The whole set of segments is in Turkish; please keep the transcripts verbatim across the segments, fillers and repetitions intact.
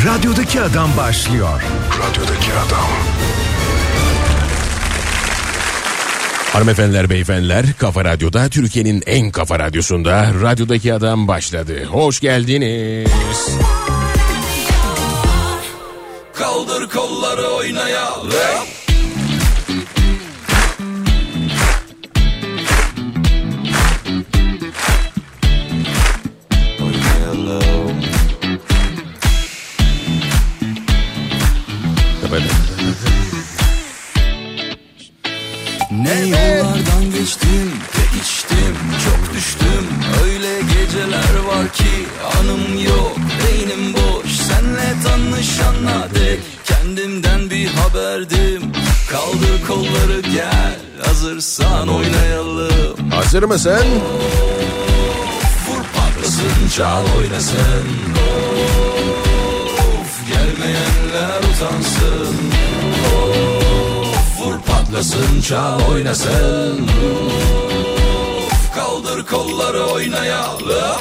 Radyodaki Adam başlıyor. Radyodaki Adam. Hanımefendiler, beyefendiler, Kafa Radyo'da, Türkiye'nin en kafa radyosunda Radyodaki Adam başladı. Hoş geldiniz. Kaldır kolları oynayalım. Oynayalım. Ne yollardan geçtim, tek içtim, çok düştüm. Öyle geceler var ki anım yok, beynim boş. Senle tanışana dek kendimden bir haberdim. Kaldır kolları gel, hazırsan oynayalım. Hazır mısın? Of, vur patlasın, çal oynasın. Of, gelmeyenler utansın. Of, vur patlasın, çal oynasın. Of, kaldır kolları oynayalım.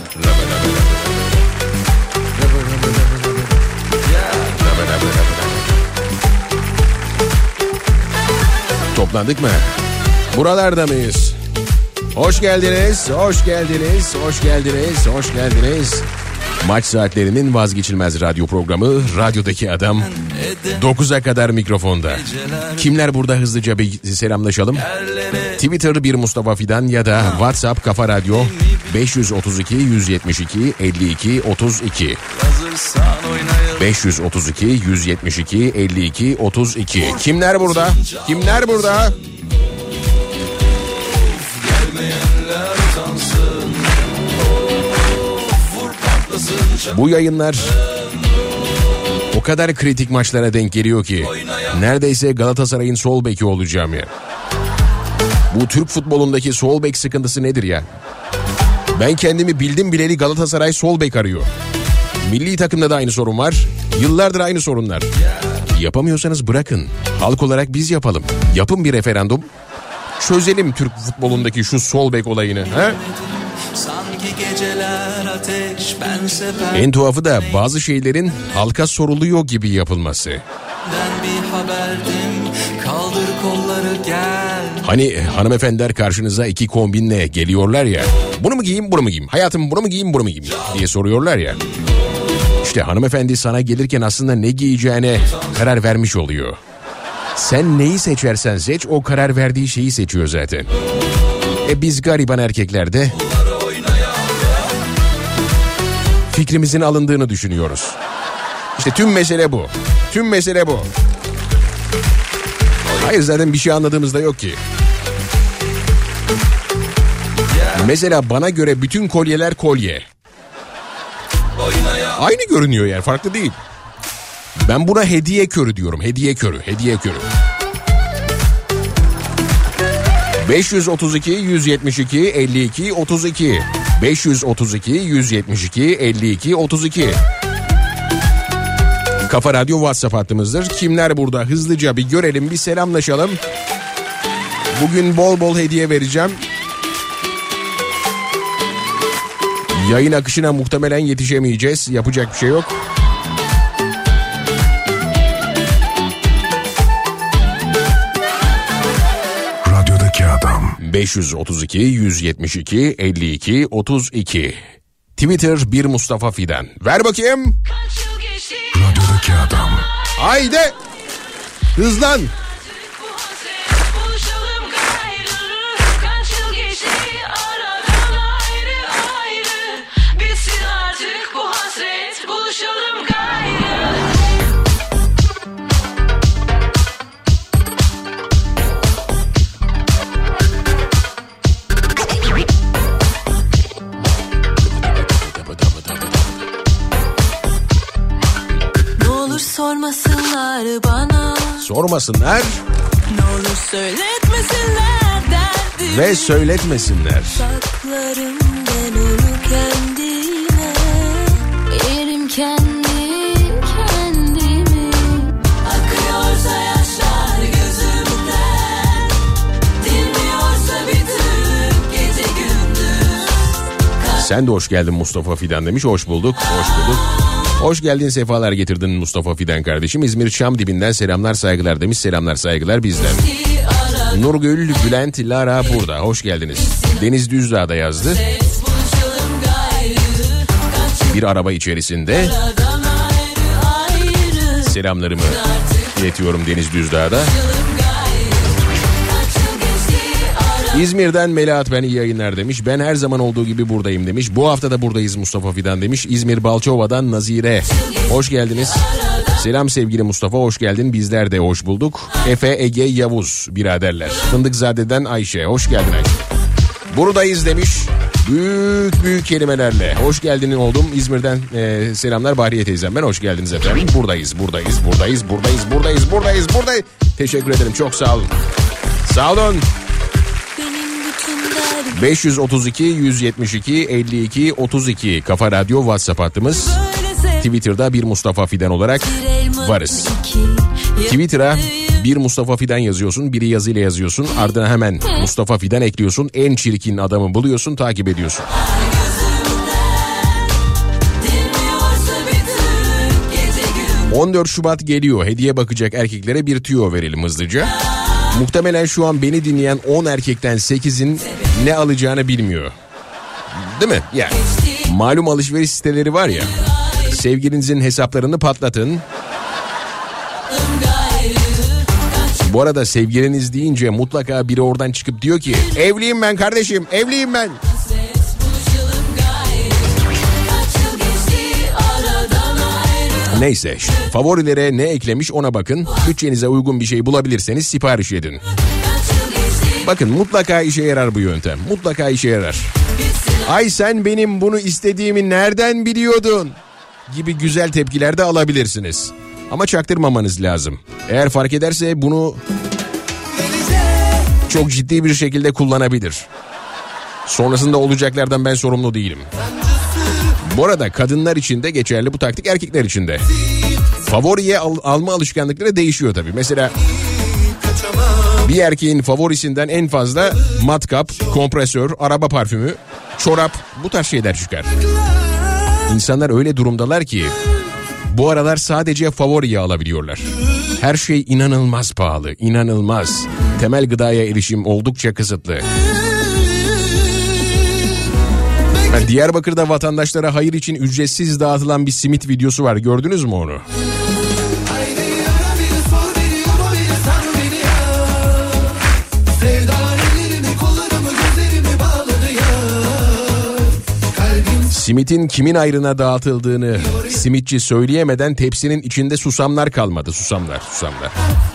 Toplandık mı? Buralarda mıyız? Hoş geldiniz, hoş geldiniz, hoş geldiniz, hoş geldiniz. Maç saatlerinin vazgeçilmez radyo programı Radyodaki Adam dokuza kadar mikrofonda. Kimler burada, hızlıca bir selamlaşalım. Twitter bir Mustafa Fidan ya da WhatsApp Kafa Radyo beş yüz otuz iki yüz yetmiş iki elli iki otuz iki. beş yüz otuz iki yüz yetmiş iki elli iki otuz iki. Kimler burada? Kimler burada? Bu yayınlar o kadar kritik maçlara denk geliyor ki neredeyse Galatasaray'ın sol beki olacağım ya. Bu Türk futbolundaki sol bek sıkıntısı nedir ya? Ben kendimi bildim bileli Galatasaray sol bek arıyor. Milli takımda da aynı sorun var. Yıllardır aynı sorunlar. Yapamıyorsanız bırakın. Halk olarak biz yapalım. Yapın bir referandum. Çözelim Türk futbolundaki şu sol bek olayını. He? Ateş, en tuhafı da bazı şeylerin halka soruluyor gibi yapılması. Bir haberdim, kaldır kolları gel. Hani hanımefendiler karşınıza iki kombinle geliyorlar ya. Bunu mu giyeyim, bunu mu giyeyim? Hayatım, bunu mu giyeyim, bunu mu giyeyim diye soruyorlar ya. İşte hanımefendi sana gelirken aslında ne giyeceğine karar vermiş oluyor. Sen neyi seçersen seç, o karar verdiği şeyi seçiyor zaten. E biz gariban erkekler de fikrimizin alındığını düşünüyoruz. İşte tüm mesele bu. Tüm mesele bu. Hayır, zaten bir şey anladığımız da yok ki. Mesela bana göre bütün kolyeler kolye. Aynı görünüyor yani, farklı değil. Ben buna hediye körü diyorum. Hediye körü, hediye körü. beş yüz otuz iki yüz yetmiş iki elli iki otuz iki. beş yüz otuz iki yüz yetmiş iki elli iki otuz iki. Kafa Radyo WhatsApp hattımızdır. Kimler burada, hızlıca bir görelim, bir selamlaşalım. Bugün bol bol hediye vereceğim. Yayın akışına muhtemelen yetişemeyeceğiz. Yapacak bir şey yok. Radyodaki Adam. beş yüz otuz iki yüz yetmiş iki elli iki otuz iki. Twitter bir Mustafa Fidan. Ver bakayım. Radyodaki Adam. Haydi. Hızlan. Sormasınlar bana. Sormasınlar. Ne olur söyletmesinler derdimi. Ve söyletmesinler. Saklarım ben onu kendime. Yerim kendi kendimi. Akıyorsa yaşlar gözümden. Dinmiyorsa bir türlü gece gündüz. Sen de hoş geldin Mustafa Fidan demiş. Hoş bulduk, hoş bulduk. Hoş geldin, sefalar getirdin Mustafa Fidan kardeşim. İzmir Çamdibi'nden selamlar saygılar demiş. Selamlar saygılar bizden. Nurgül, Bülent, Lara burada. Hoş geldiniz. Deniz Düzdağ da yazdı. Bir araba içerisinde. Selamlarımı iletiyorum Deniz Düzdağ'da. İzmir'den Melahat ben iyi yayınlar demiş. Ben her zaman olduğu gibi buradayım demiş. Bu hafta da buradayız Mustafa Fidan demiş. İzmir Balçova'dan Nazire. Hoş geldiniz. Selam sevgili Mustafa, hoş geldin. Bizler de hoş bulduk. Efe, Ege, Yavuz biraderler. Fındıkzade'den Ayşe. Hoş geldin Ayşe. Buradayız demiş. Büyük büyük kelimelerle. Hoş geldin oldum. İzmir'den e, selamlar Bahriye teyzem. Ben hoş geldiniz efendim. Buradayız, buradayız, buradayız, buradayız, buradayız, buradayız, buradayız. Teşekkür ederim. Çok sağ olun. Sağ olun. beş yüz otuz iki yüz yetmiş iki elli iki otuz iki Kafa Radyo WhatsApp hattımız. Twitter'da bir Mustafa Fidan olarak varız. Twitter'a bir Mustafa Fidan yazıyorsun, biri yazıyla yazıyorsun, ardına hemen Mustafa Fidan ekliyorsun, en çirkin adamı buluyorsun, takip ediyorsun. on dört Şubat geliyor, hediye bakacak erkeklere bir tüyo verelim hızlıca. Muhtemelen şu an beni dinleyen on erkekten sekizin ne alacağını bilmiyor. Değil mi? Yani malum alışveriş siteleri var ya. Sevgilinizin hesaplarını patlatın. Bu arada sevgiliniz deyince mutlaka biri oradan çıkıp diyor ki evliyim ben kardeşim, evliyim ben. Neyse, favorilere ne eklemiş ona bakın. Bütçenize uygun bir şey bulabilirseniz sipariş edin. Bakın mutlaka işe yarar bu yöntem. Mutlaka işe yarar. Ay sen benim bunu istediğimi nereden biliyordun? Gibi güzel tepkiler de alabilirsiniz. Ama çaktırmamanız lazım. Eğer fark ederse bunu çok ciddi bir şekilde kullanabilir. Sonrasında olacaklardan ben sorumlu değilim. Bu arada kadınlar için de geçerli bu taktik, erkekler için de. Favoriye al- alma alışkanlıkları değişiyor tabii. Mesela bir erkeğin favorisinden en fazla matkap, kompresör, araba parfümü, çorap, bu tarz şeyler çıkar. İnsanlar öyle durumdalar ki bu aralar sadece favoriye alabiliyorlar. Her şey inanılmaz pahalı, inanılmaz. Temel gıdaya erişim oldukça kısıtlı. Yani Diyarbakır'da vatandaşlara hayır için ücretsiz dağıtılan bir simit videosu var. Gördünüz mü onu? Simitin kimin ayrına dağıtıldığını simitçi söyleyemeden tepsinin içinde susamlar kalmadı. Susamlar, susamlar.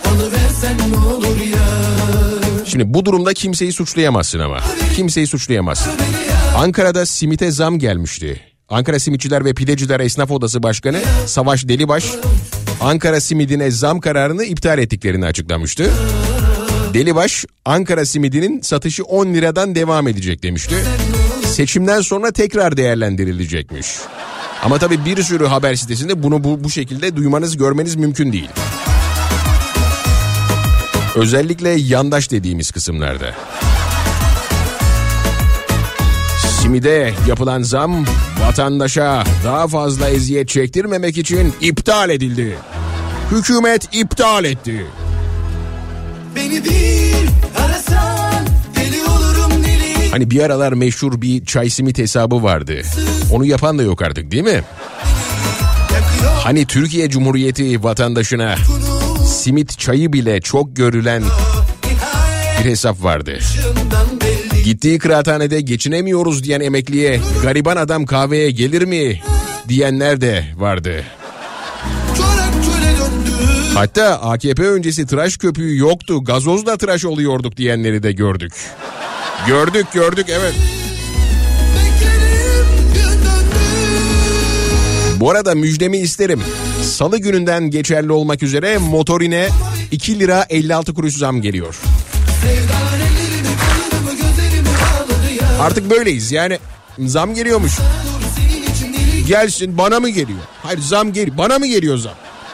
Şimdi bu durumda kimseyi suçlayamazsın ama. Kimseyi suçlayamazsın. Ankara'da simite zam gelmişti. Ankara Simitçiler ve Pideciler Esnaf Odası Başkanı Savaş Delibaş, Ankara simidine zam kararını iptal ettiklerini açıklamıştı. Delibaş, Ankara simidinin satışı on liradan devam edecek demişti. Seçimden sonra tekrar değerlendirilecekmiş. Ama tabii bir sürü haber sitesinde bunu bu, bu şekilde duymanız, görmeniz mümkün değil. Özellikle yandaş dediğimiz kısımlarda. Simide yapılan zam vatandaşa daha fazla eziyet çektirmemek için iptal edildi. Hükümet iptal etti. Beni bir arasan deli olurum deli. Hani bir aralar meşhur bir çay simit hesabı vardı. Onu yapan da yok artık değil mi? Hani Türkiye Cumhuriyeti vatandaşına simit çayı bile çok görülen bir hesap vardı. Gittiği kıraathanede geçinemiyoruz diyen emekliye gariban adam kahveye gelir mi diyenler de vardı. Hatta A K P öncesi tıraş köpüğü yoktu, gazozla tıraş oluyorduk diyenleri de gördük. Gördük gördük evet. Bu arada müjdemi isterim. Salı gününden geçerli olmak üzere motorine iki lira elli altı kuruş zam geliyor. Artık böyleyiz yani, zam geliyormuş. Gelsin, bana mı geliyor? Hayır, zam geliyor. Bana mı geliyor zam?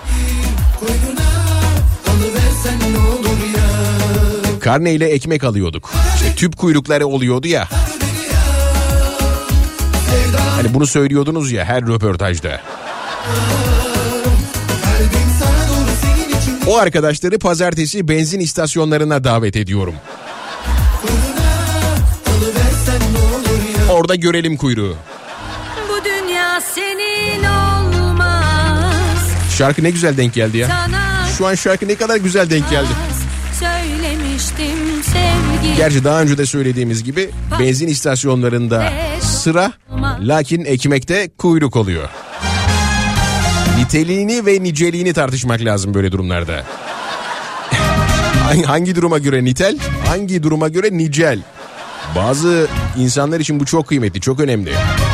Karneyle ekmek alıyorduk. İşte tüp kuyrukları oluyordu ya. Hani bunu söylüyordunuz ya her röportajda. O arkadaşları pazartesi benzin istasyonlarına davet ediyorum. Orada görelim kuyruğu. Bu dünya senin olmaz. Şarkı ne güzel denk geldi ya. Sana Şu an şarkı ne kadar güzel denk geldi. söylemiştim sevgi. Gerçi daha önce de söylediğimiz gibi benzin istasyonlarında sıra, lakin ekmekte kuyruk oluyor. Niteliğini ve niceliğini tartışmak lazım böyle durumlarda. Hangi duruma göre nitel, hangi duruma göre nicel? Bazı insanlar için bu çok kıymetli, çok önemli.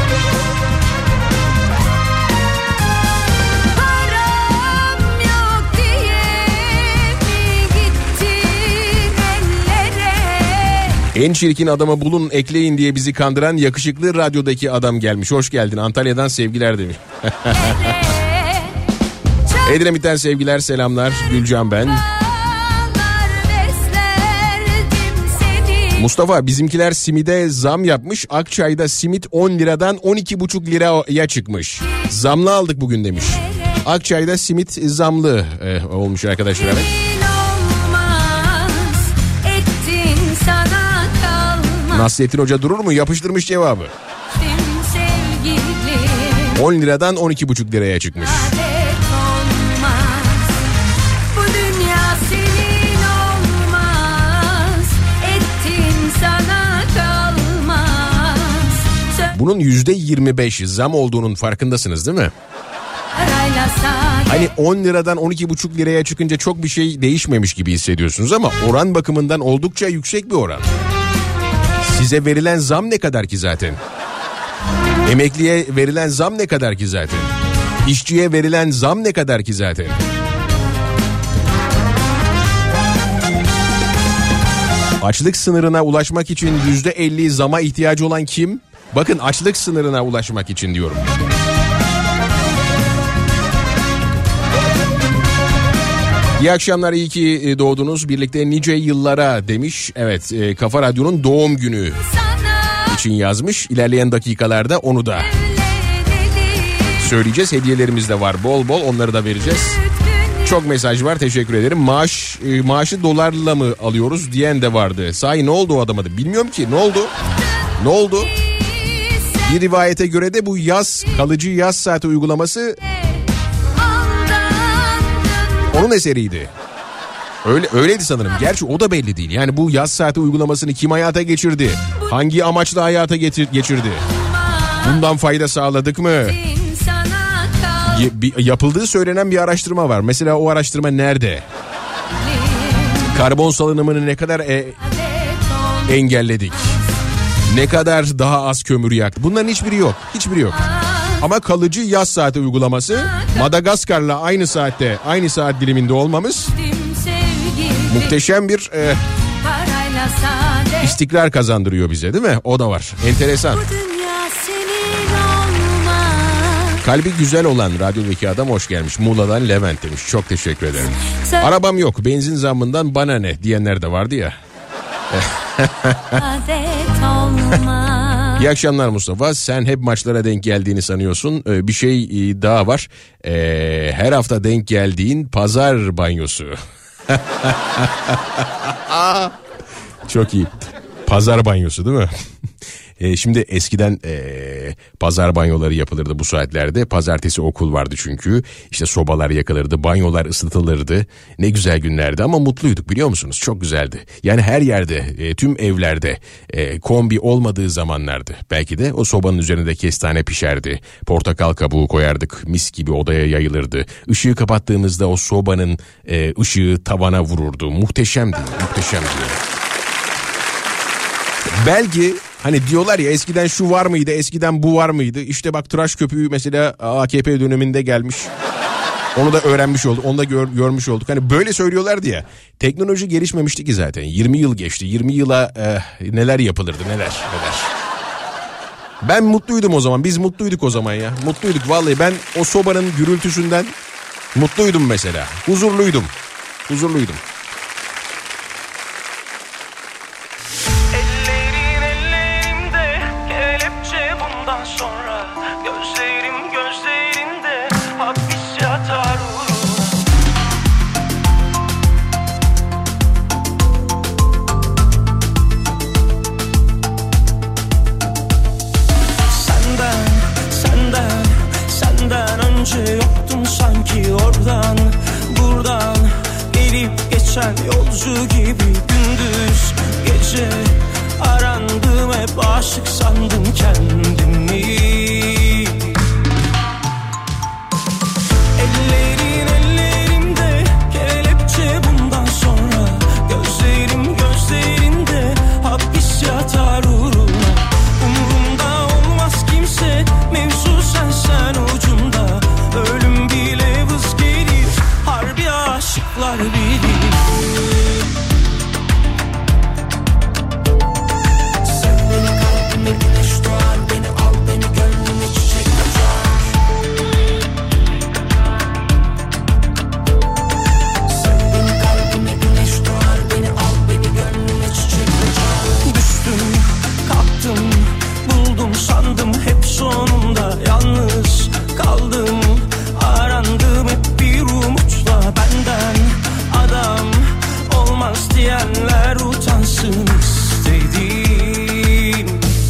Param yok diye mi gittin ellere? En çirkin adamı bulun ekleyin diye bizi kandıran yakışıklı radyodaki adam gelmiş. Hoş geldin, Antalya'dan sevgiler demiş. Edremit'ten sevgiler, selamlar. Gülcan ben. Mustafa, bizimkiler simide zam yapmış. Akçay'da simit on liradan on iki buçuk liraya çıkmış. Zamlı aldık bugün demiş. Akçay'da simit zamlı e, olmuş arkadaşlar. Evet. Nasrettin Hoca durur mu? Yapıştırmış cevabı. on liradan on iki buçuk liraya çıkmış. Bunun yüzde yirmi beş zam olduğunun farkındasınız değil mi? Hani on liradan on iki buçuk liraya çıkınca çok bir şey değişmemiş gibi hissediyorsunuz ama oran bakımından oldukça yüksek bir oran. Size verilen zam ne kadar ki zaten? Emekliye verilen zam ne kadar ki zaten? İşçiye verilen zam ne kadar ki zaten? Açlık sınırına ulaşmak için yüzde elli zama ihtiyacı olan kim? Bakın, açlık sınırına ulaşmak için diyorum. İyi akşamlar, iyi ki doğdunuz. Birlikte nice yıllara demiş. Evet, Kafa Radyo'nun doğum günü için yazmış. İlerleyen dakikalarda onu da söyleyeceğiz. Hediyelerimiz de var bol bol, onları da vereceğiz. Çok mesaj var, teşekkür ederim. Maaş maaşı dolarla mı alıyoruz diyen de vardı. Sahi ne oldu o adama da bilmiyorum ki, ne oldu? Ne oldu? Bir rivayete göre de bu yaz, kalıcı yaz saati uygulaması onun eseriydi. Öyle öyleydi sanırım. Gerçi o da belli değil. Yani bu yaz saati uygulamasını kim hayata geçirdi? Hangi amaçla hayata getir, geçirdi? Bundan fayda sağladık mı? Y- yapıldığı söylenen bir araştırma var. Mesela o araştırma nerede? Karbon salınımını ne kadar e- engelledik? Ne kadar daha az kömür yaktı? Bunların hiçbiri yok. Hiçbiri yok. Ama kalıcı yaz saati uygulaması, Madagaskar'la aynı saatte, aynı saat diliminde olmamız muhteşem bir e, istikrar kazandırıyor bize, değil mi? O da var. Enteresan. Kalbi güzel olan radyodaki adam hoş gelmiş. Muğla'dan Levent demiş. Çok teşekkür ederim. Arabam yok, benzin zammından bana ne diyenler de vardı ya. İyi akşamlar Mustafa. Sen hep maçlara denk geldiğini sanıyorsun. Ee, bir şey daha var. Ee, her hafta denk geldiğin pazar banyosu. Çok iyi. Pazar banyosu değil mi? E, şimdi eskiden e, pazar banyoları yapılırdı bu saatlerde. Pazartesi okul vardı çünkü. İşte sobalar yakılırdı, banyolar ısıtılırdı. Ne güzel günlerdi ama mutluyduk, biliyor musunuz? Çok güzeldi. Yani her yerde, e, tüm evlerde e, kombi olmadığı zamanlardı. Belki de o sobanın üzerinde kestane pişerdi. Portakal kabuğu koyardık. Mis gibi odaya yayılırdı. Işığı kapattığımızda o sobanın e, ışığı tavana vururdu. Muhteşemdi, muhteşemdi. Belki hani diyorlar ya, eskiden şu var mıydı, eskiden bu var mıydı? İşte bak, tıraş köpüğü mesela A K P döneminde gelmiş. Onu da öğrenmiş olduk, onu da gör, görmüş olduk. Hani böyle söylüyorlardı ya. Teknoloji gelişmemişti ki zaten. yirmi yıl geçti. yirmi yıla e, neler yapılırdı, neler, neler. Ben mutluydum o zaman. Biz mutluyduk o zaman ya. Mutluyduk vallahi. Ben o sobanın gürültüsünden mutluydum mesela. Huzurluydum. Huzurluydum. önce yoktun sanki oradan buradan gelip geçen yolcu gibi gündüz gece arandım, hep aşık sandım kendimi. Ellerin ellerimde kelepçe bundan sonra, gözlerim gözlerinde hapis yatar uğruna. Umurumda olmaz kimse, mevzu sen sen ucunda. Ölüm bile vız gelir, harbi aşıklar bilir. Sonunda yalnız kaldım, arandım hep bir umutla. Benden adam olmaz diyenler utansın istedim.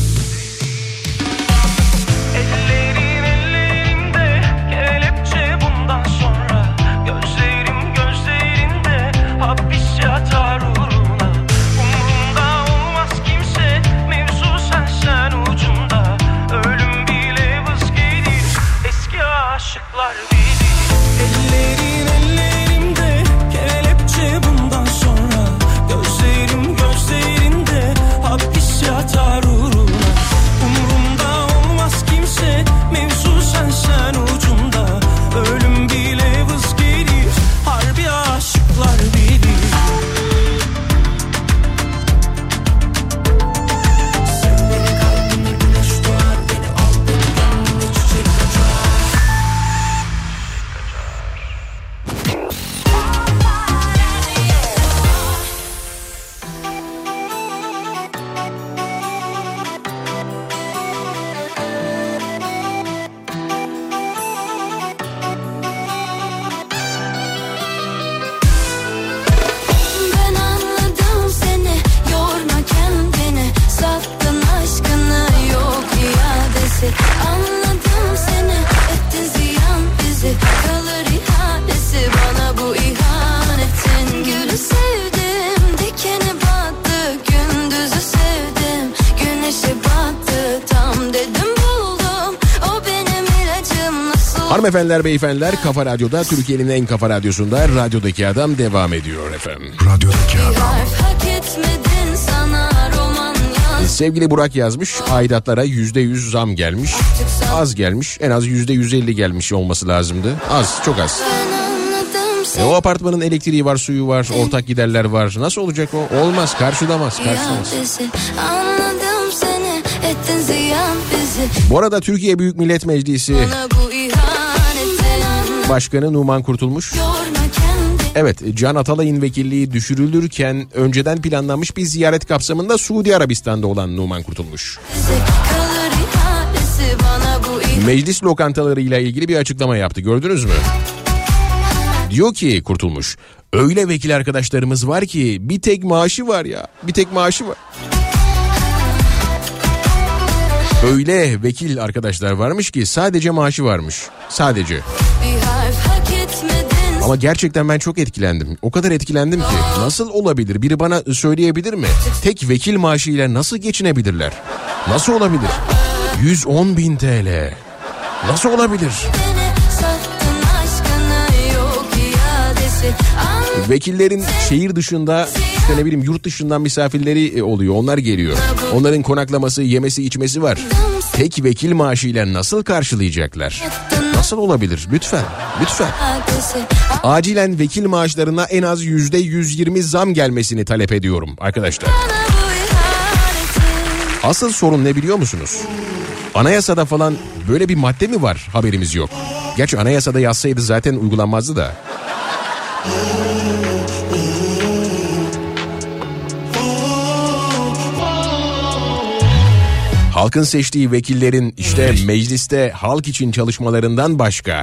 Ellerin ellerimde kelepçe bundan sonra, gözlerim gözlerinde hapis yatar uğruna. Umurumda olmaz kimse, mevzu sen sen ucunda. Ölüm aşıklar bilir. Ellerin ellerimde kelepçe bundan sonra, gözlerim gözlerinde hapis yatar uğruna. Umurumda olmaz kimse, mevzu sen sen ucunda. Ölüm bile vız gelir, harbi aşıklar bilir. Anladım seni, ettin ziyan bizi, kalır ihanesi bana bu ihanetin. Gülü sevdim, dikeni battı, gündüzü sevdim, güneşi battı, tam dedim buldum, o benim ilacım nasıl. Hanımefendiler, beyefendiler, Kafa Radyo'da, Türkiye'nin en kafa radyosunda Radyodaki Adam devam ediyor efendim. Radyodaki Adam. Hak etmedin sana roman yaz. Sevgili Burak yazmış, aidatlara yüzde yüz zam gelmiş. Az gelmiş, en az yüzde yüz elli gelmiş olması lazımdı. Az, çok az. E, o apartmanın elektriği var, suyu var, ortak giderler var. Nasıl olacak o? Olmaz, karşılamaz, karşılamaz. Anladım seni, ettin ziyan bizi. Bu arada Türkiye Büyük Millet Meclisi Başkanı Numan Kurtulmuş, evet, Can Atalay'ın vekilliği düşürülürken önceden planlanmış bir ziyaret kapsamında Suudi Arabistan'da olan Numan Kurtulmuş, meclis lokantalarıyla ilgili bir açıklama yaptı. Gördünüz mü? Diyor ki Kurtulmuş, öyle vekil arkadaşlarımız var ki bir tek maaşı var ya, bir tek maaşı var. Öyle vekil arkadaşlar varmış ki sadece maaşı varmış. Sadece. Ama gerçekten ben çok etkilendim. O kadar etkilendim ki nasıl olabilir? Biri bana söyleyebilir mi? Tek vekil maaşıyla nasıl geçinebilirler? Nasıl olabilir? yüz on bin T L. Nasıl olabilir? Vekillerin şehir dışında, işte ne bileyim yurt dışından misafirleri oluyor. Onlar geliyor. Onların konaklaması, yemesi, içmesi var. Tek vekil maaşıyla nasıl karşılayacaklar? Nasıl olabilir? Lütfen, lütfen. Acilen vekil maaşlarına en az yüzde yüz yirmi zam gelmesini talep ediyorum arkadaşlar. Asıl sorun ne biliyor musunuz? Anayasada falan böyle bir madde mi var, haberimiz yok. Gerçi anayasada yazsaydı zaten uygulanmazdı da. Halkın seçtiği vekillerin işte mecliste halk için çalışmalarından başka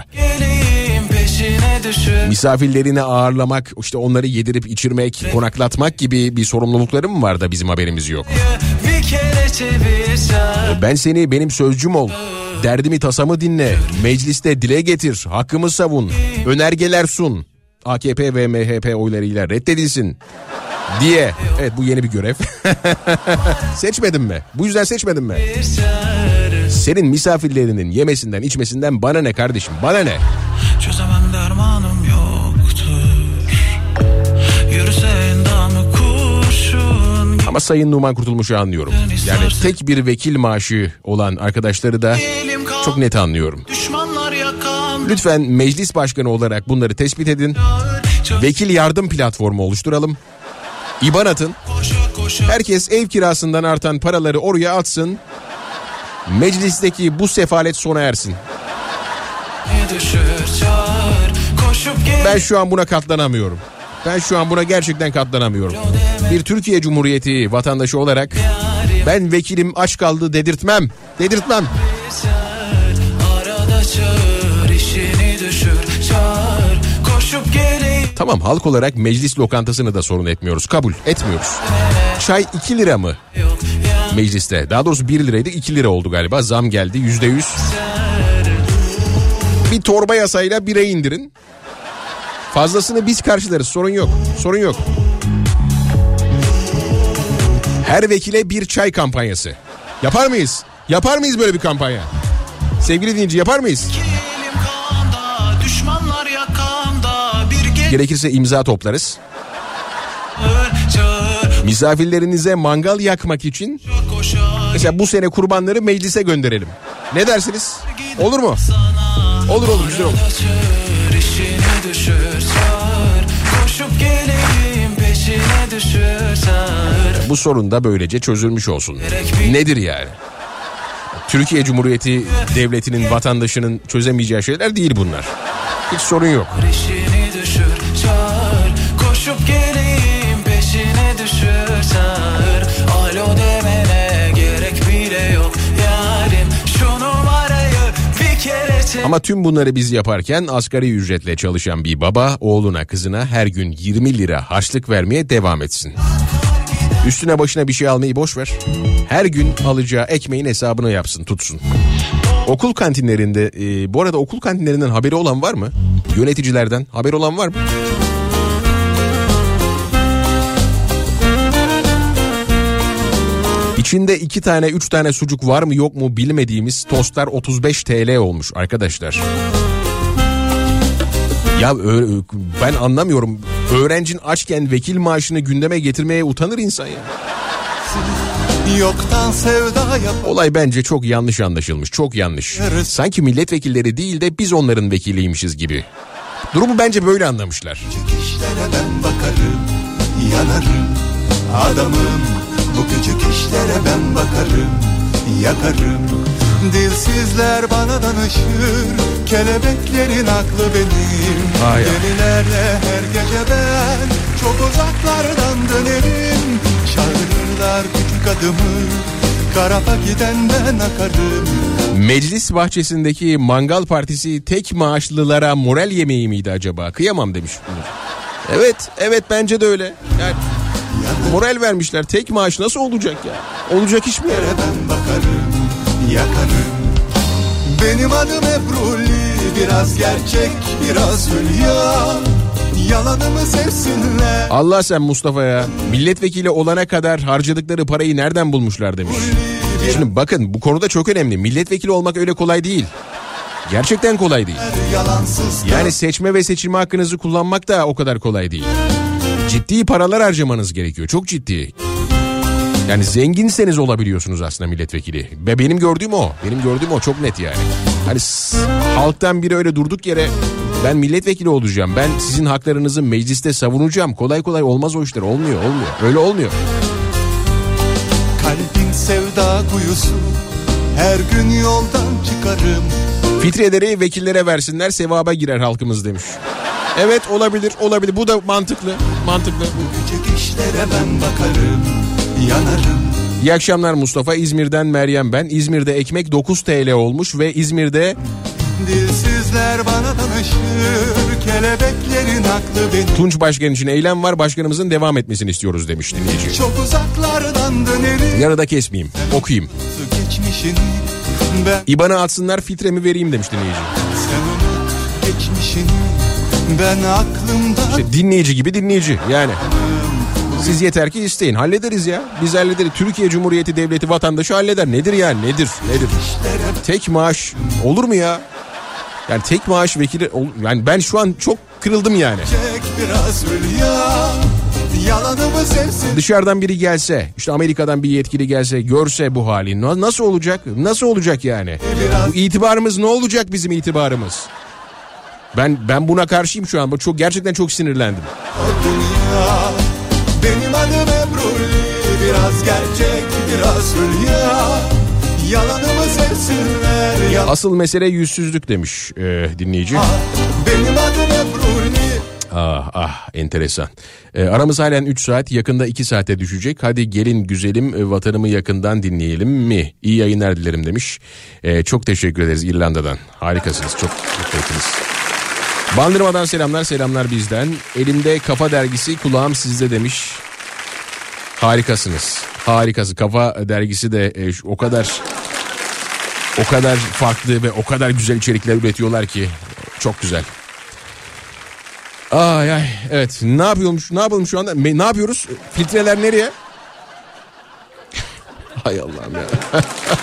misafirlerini ağırlamak, işte onları yedirip içirmek, konaklatmak gibi bir sorumlulukları mı var da bizim haberimiz yok? bir kere çevir çağır. Ben seni benim sözcüm ol. Derdimi tasamı dinle. Mecliste dile getir. Hakkımı savun. Önergeler sun. A K P ve M H P oylarıyla reddedilsin diye. Evet, bu yeni bir görev. Seçmedin mi? Bu yüzden seçmedin mi? Senin misafirlerinin yemesinden içmesinden bana ne kardeşim? Bana ne? Çözemem dermanım yoktur. Yürüsen damı kurşun. Ama Sayın Numan Kurtulmuş'u anlıyorum. Yani tek bir vekil maaşı olan arkadaşları da çok net anlıyorum. Düşmanlar yakan. Lütfen meclis başkanı olarak bunları tespit edin. Vekil yardım platformu oluşturalım. İban atın. Herkes ev kirasından artan paraları oraya atsın. Meclisteki bu sefalet sona ersin. Ben şu an buna katlanamıyorum. Ben şu an buna gerçekten katlanamıyorum. Bir Türkiye Cumhuriyeti vatandaşı olarak ben vekilim aç kaldı dedirtmem. Dedirtmem. Tamam, halk olarak meclis lokantasını da sorun etmiyoruz. Kabul etmiyoruz. Çay iki lira mı? Mecliste. Daha doğrusu bir liraydı, iki lira oldu galiba. Zam geldi yüzde yüz. Bir torba yasayla bire indirin. Fazlasını biz karşılarız. Sorun yok. Sorun yok. Her vekile bir çay kampanyası. Yapar mıyız? Yapar mıyız böyle bir kampanya? Sevgili dinleyici, yapar mıyız? Gerekirse imza toplarız. Misafirlerinize mangal yakmak için mesela bu sene kurbanları meclise gönderelim. Ne dersiniz? Olur mu? Olur olur, güzel olur. Bu sorun da böylece çözülmüş olsun. Nedir yani? Türkiye Cumhuriyeti Devleti'nin vatandaşının çözemeyeceği şeyler değil bunlar. Hiç sorun yok. Koşup geleyim peşine düşür çağır. Alo demene gerek bile yok yarim, şu numarayı bir kere çek. Ama tüm bunları biz yaparken asgari ücretle çalışan bir baba oğluna kızına her gün yirmi lira harçlık vermeye devam etsin. Üstüne başına bir şey almayı boş ver. Her gün alacağı ekmeğin hesabını yapsın, tutsun. Okul kantinlerinde e, bu arada okul kantinlerinden haberi olan var mı? Yöneticilerden haberi olan var mı? İçinde iki tane üç tane sucuk var mı yok mu bilmediğimiz tostlar otuz beş TL olmuş arkadaşlar. Ya ben anlamıyorum. Öğrencin açken vekil maaşını gündeme getirmeye utanır insan ya. Yoktan sevda yap. Olay bence çok yanlış anlaşılmış. Çok yanlış. Sanki milletvekilleri değil de biz onların vekiliymişiz gibi. Durumu bence böyle anlamışlar. İşlere ben bakarım, yanarım, adamım. Bu küçük işlere ben bakarım, yakarım. Dilsizler bana danışır, kelebeklerin aklı benim. Ay Delilerle her gece ben çok uzaklardan dönerim. Çağırırlar küçük adımı, Karapa gidenden akarım. Meclis bahçesindeki mangal partisi tek maaşlılara moral yemeği miydi acaba? Kıyamam demiş. Evet, evet bence de öyle. Yani moral vermişler. Tek maaş nasıl olacak ya? Olacak iş mi? Ben bakarım, yakarım. Benim adım Ebruli, biraz gerçek, biraz hülya. Yalanımı sevsinler. Allah sen Mustafa'ya milletvekili olana kadar harcadıkları parayı nereden bulmuşlar demiş. Şimdi bakın, bu konuda çok önemli. Milletvekili olmak öyle kolay değil. Gerçekten kolay değil. Yani seçme ve seçilme hakkınızı kullanmak da o kadar kolay değil. Ciddi paralar harcamanız gerekiyor. Çok ciddi. Yani zenginseniz olabiliyorsunuz aslında milletvekili. Ve benim gördüğüm o. Benim gördüğüm o çok net yani. Hani s- halktan biri öyle durduk yere ben milletvekili olacağım, ben sizin haklarınızı mecliste savunacağım. Kolay kolay olmaz o işler. Olmuyor, olmuyor. Öyle olmuyor. Kalbin sevda kuyusu, her gün yoldan çıkarım. Fitreleri vekillere versinler, sevaba girer halkımız demiş. Evet, olabilir, olabilir. Bu da mantıklı, mantıklı. Küçük işlere ben bakarım, yanarım. İyi akşamlar Mustafa. İzmir'den Meryem ben. İzmir'de ekmek dokuz TL olmuş ve İzmir'de dilsizler bana danışır, kelebeklerin saklı benim. Tunç Başkan için eylem var, başkanımızın devam etmesini istiyoruz demiş dinleyici. Çok uzaklardan dönerim. Yarıda kesmeyeyim, okuyayım. Geçmişini ben. İBAN'a atsınlar, filtremi vereyim demiş dinleyici. Sen unut geçmişini ben aklımda. İşte dinleyici gibi dinleyici yani. Siz yeter ki isteyin, hallederiz ya. Biz hallederiz. Türkiye Cumhuriyeti Devleti vatandaşı halleder. Nedir yani, nedir nedir? Tek maaş olur mu ya? Yani tek maaş vekili, yani ben şu an çok kırıldım yani. Biraz rüya, yalanımı sevsin. Dışarıdan biri gelse, işte Amerika'dan bir yetkili gelse, görse bu hali nasıl olacak? Nasıl olacak yani? Bu itibarımız ne olacak, bizim itibarımız? Ben ben buna karşıyım şu an. Çok gerçekten çok sinirlendim. Dünya, benim adım Ebruli, biraz gerçek, biraz rüya. Yalanımı sevsinler. Yalan... Asıl mesele yüzsüzlük demiş e, dinleyici. Benim adım Ebruli. Ah ah enteresan. E, aramız halen üç saat, yakında iki saate düşecek. Hadi gelin güzelim, e, vatanımı yakından dinleyelim mi? İyi yayınlar dilerim demiş. E, çok teşekkür ederiz İrlanda'dan. Harikasınız, çok mutlu ettiniz. Bandırmadan selamlar, selamlar bizden. Elimde Kafa dergisi, kulağım sizde demiş. Harikasınız. Harikası. Kafa dergisi de e, o kadar o kadar farklı ve o kadar güzel içerikler üretiyorlar ki çok güzel. Ay ay evet, ne yapıyormuş? Ne yapalım şu anda? Ne yapıyoruz? Filtreler nereye? Hay Allah'ım ya.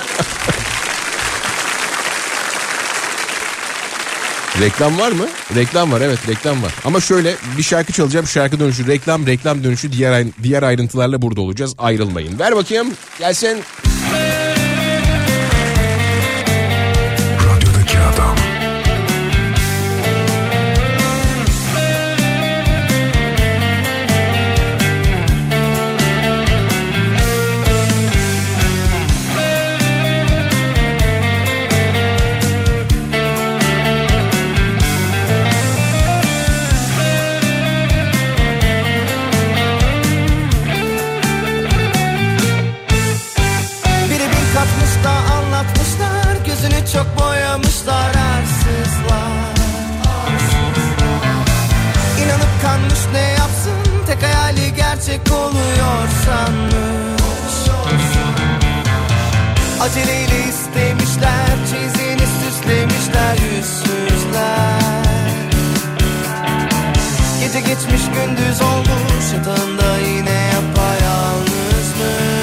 Reklam var mı? Reklam var, evet reklam var. Ama şöyle bir şarkı çalacağım, şarkı dönüşü reklam, reklam dönüşü diğer diğer ayrıntılarla burada olacağız. Ayrılmayın. Ver bakayım, gelsin. Radyodaki adam. Çok boyamışlar arsızlar. İnanıp kanmış, ne yapsın, tek hayali gerçek oluyor sanmış. Aceleyle istemişler, çizini süslemişler yüzsüzler. Gece geçmiş gündüz olmuş, yatağında yine yapayalnızmış.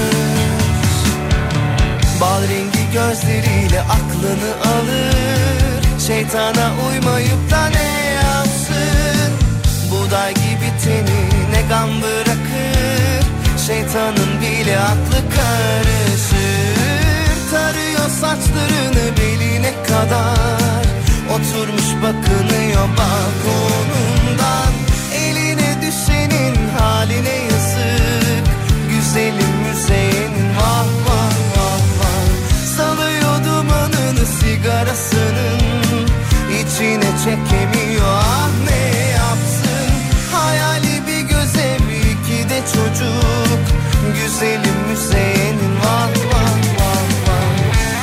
Bal rengi gözleriyle aklını alır, şeytana uymayıp da ne yapsın? Buğday gibi teni ne gam bırakır, şeytanın bile aklı karışır. Tarıyor saçlarını beline kadar, oturmuş bakınıyor balkonundan. Eline düşenin haline yazık, güzelim Müzeyye'nin vah vah vah vah. Salıyor dumanını sigarasının, içine çekemiyor, ah ne yapsın? Hayali bir göze, bir iki de çocuk, güzelim Müzeyye'nin vah vah vah vah.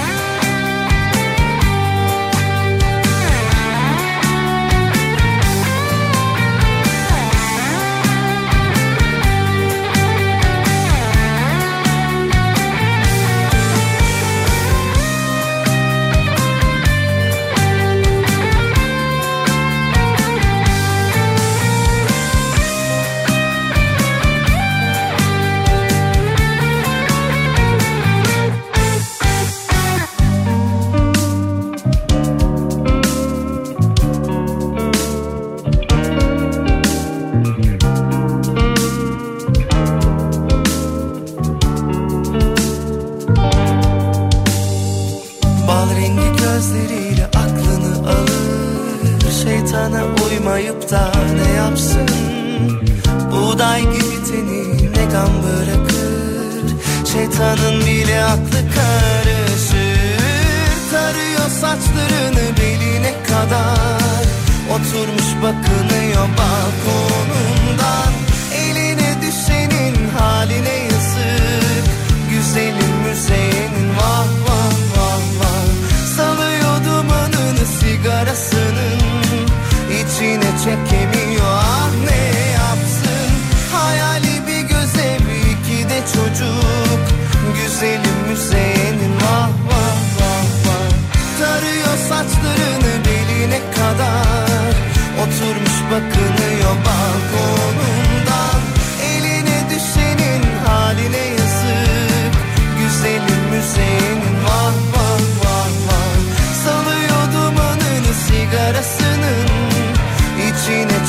Uymayıp da ne yapsın? Buğday gibi teni ne gam bırakır, şeytanın bile aklı karışır. Tarıyor saçlarını beline kadar, oturmuş bakınıyor balkonundan. Eline düşenin haline yazık, güzelim Müzeyye'nin vah vah vah vah. Salıyor dumanını sigarasının, İçine çekemiyor,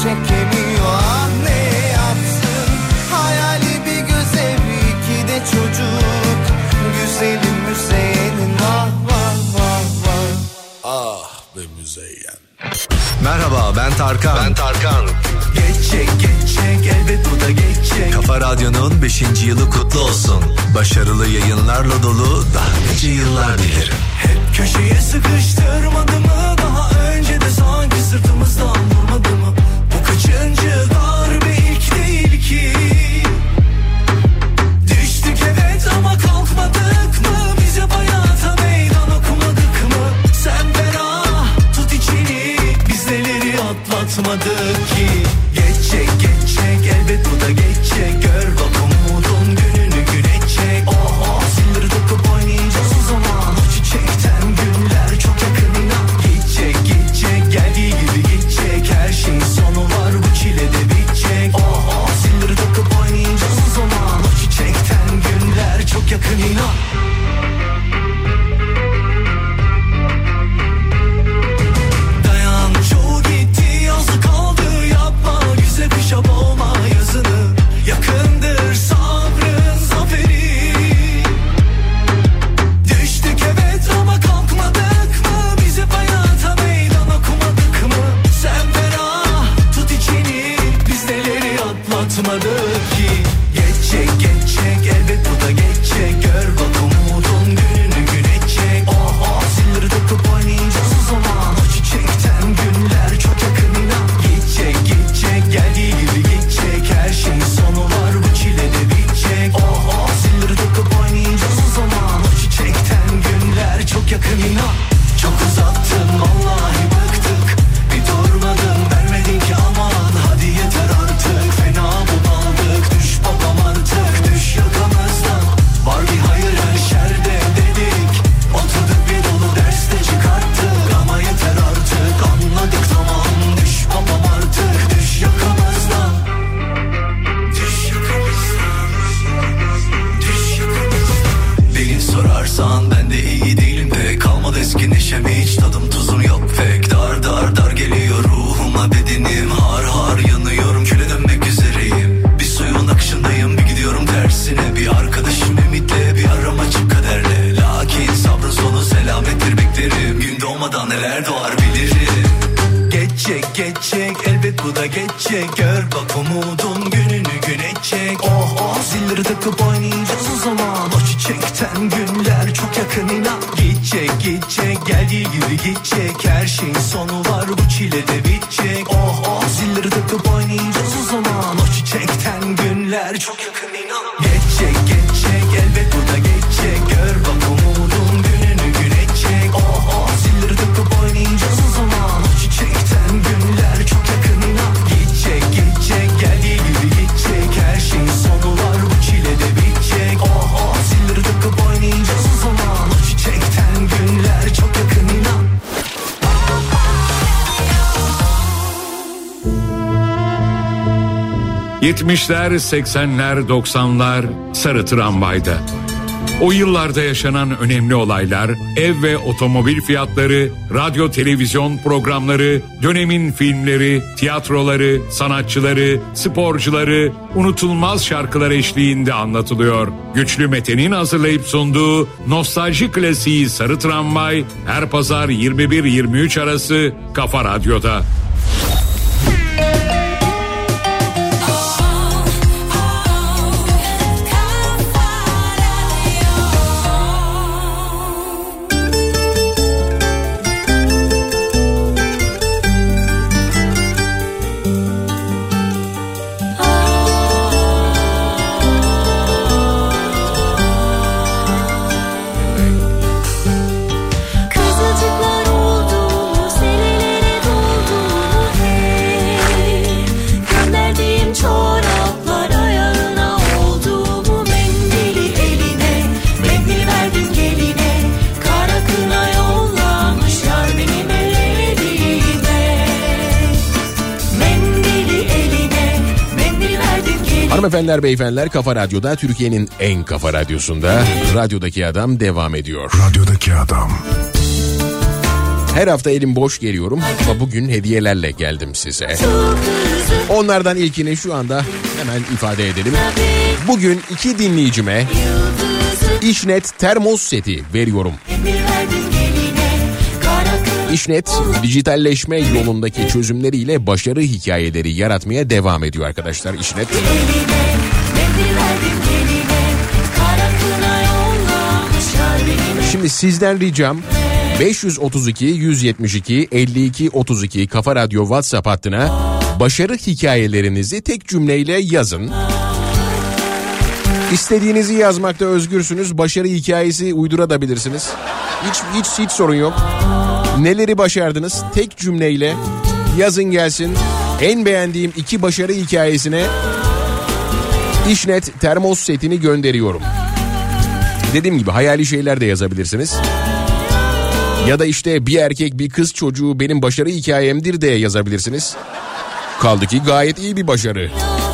çekemiyor. Ah ne yapsın, hayali bir göz evi, iki de çocuk. Güzelim Müzeyyen'in vah vah vah vah. Ah be Müzeyyen. Merhaba, ben Tarkan. Ben Tarkan. Geçecek geçecek elbet bu da geçecek. Kafa Radyo'nun beşinci yılı kutlu olsun. Başarılı yayınlarla dolu daha nice yıllar dilerim. Hep köşeye sıkıştırmadı mı? Daha önce de sanki sırtımızdan vurmadı mı? Bu kaçıncı darbe, ilk değil ki. Düştük evet ama kalkmadık mı? Biz hep hayata meydan okumadık mı? Sen ferah tut içini, biz neleri atlatmadık ki. Geçecek geçecek elbet bu da geçecek. Gör bak umudun gününü gün edecek. Oha zilleri takıp oynayacağız o zaman. O çiçekten günler çok yakın inan. Gidecek gidecek geldiği gibi gidecek. Her şeyin sonu var bu çile de bitecek. Oha zilleri takıp oynayacağız o zaman. O çiçekten günler çok yakın inan. Dayan çoğu gitti yazı kaldı yapma. Güzel kışa boğma yazını. Yakındır sabrın zaferi. Düştük evet ama kalkmadık mı? Biz hep hayata meydan okumadık mı? Sen ferah tut içini, biz neleri atlatmadık ki. Geçecek geçecek elbet bu da geçecek. Gör bak umudun gününü gün edecek. Oha zilleri takıp oynayacağız o zaman. O çiçekten günler çok yakın inan. Gidecek gidecek geldiği gibi gidecek. Her şeyin sonu var bu çile de bitecek. Oha zilleri takıp oynayacağız o zaman. O çiçekten günler çok yakın inan. Çok uzattın vallahi bıktık. Bir durmadın vermedin ki aman. Hadi yeter artık fena bunaldık. Düş babam artık düş yakamızdan. Var bir hayır her şerde dedik. Oturduk bir dolu derste çıkarttık. Ama yeter artık anladık tamam. Düş babam artık düş yakamızdan. Düş yakamızdan. Düş yakamızdan. Beni sorarsan ben de iyi değilim pek. Kalmadı eski neşem hiç tadım tuzum yok pek. Dar dar dar geliyor ruhuma bedenim. Har har yanıyorum küle dönmek üzereyim. Bir suyun akışındayım bir gidiyorum tersine. Bir arkadaşım ümitle bir aram açık kaderle. Lakin sabrın sonu selamettir beklerim. Gün doğmadan neler doğar bilirim. Geçecek geçecek elbet bu da geçecek. Gör bak umudun gününü gün edecek. Oh oh zilleri takıp oynayacağız o zaman. O çiçekten günler çok yakın inan. Gidecek gidecek geldiği gibi gidecek. Her şeyin sonu var bu çile de bitecek. Oh oh zilleri takıp oynayacağız o zaman. O çiçekten günler çok yakın inan. Geçecek geçecek elbet bu da geçecek. Gör bak umudun gününü gün edecek. Oh oh zilleri takıp oynayacağız o zaman. O çiçekten günler çok yakın inan. Gidecek gidecek geldiği gibi gidecek. Her şeyin sonu var bu çile de bitecek. Oh oh zilleri takıp oynayacağız o zaman. O çiçekten günler çok yakın inan. yetmişler, seksenler, doksanlar Sarı Tramvay'da. O yıllarda yaşanan önemli olaylar, ev ve otomobil fiyatları, radyo televizyon programları, dönemin filmleri, tiyatroları, sanatçıları, sporcuları, unutulmaz şarkılar eşliğinde anlatılıyor. Güçlü Mete'nin hazırlayıp sunduğu nostalji klasiği Sarı Tramvay her pazar yirmi bir yirmi üç arası Kafa Radyo'da. Hanımefendiler, beyefendiler, Kafa Radyo'da, Türkiye'nin en kafa radyosunda Radyodaki Adam devam ediyor. Radyodaki Adam. Her hafta elim boş geliyorum ama bugün hediyelerle geldim size. Onlardan ilkini şu anda hemen ifade edelim. Bugün iki dinleyicime İşnet termos seti veriyorum. İşnet dijitalleşme yolundaki çözümleriyle başarı hikayeleri yaratmaya devam ediyor arkadaşlar. İşnet. Şimdi sizden ricam beş yüz otuz iki yüz yetmiş iki elli iki otuz iki Kafa Radyo WhatsApp hattına başarı hikayelerinizi tek cümleyle yazın. İstediğinizi yazmakta özgürsünüz. Başarı hikayesi uydurabilirsiniz. Hiç hiç hiç sorun yok. Neleri başardınız? Tek cümleyle yazın gelsin. En beğendiğim iki başarı hikayesine İşnet termos setini gönderiyorum. Dediğim gibi hayali şeyler de yazabilirsiniz. Ya da işte bir erkek bir kız çocuğu benim başarı hikayemdir de yazabilirsiniz. Kaldı ki gayet iyi bir başarı.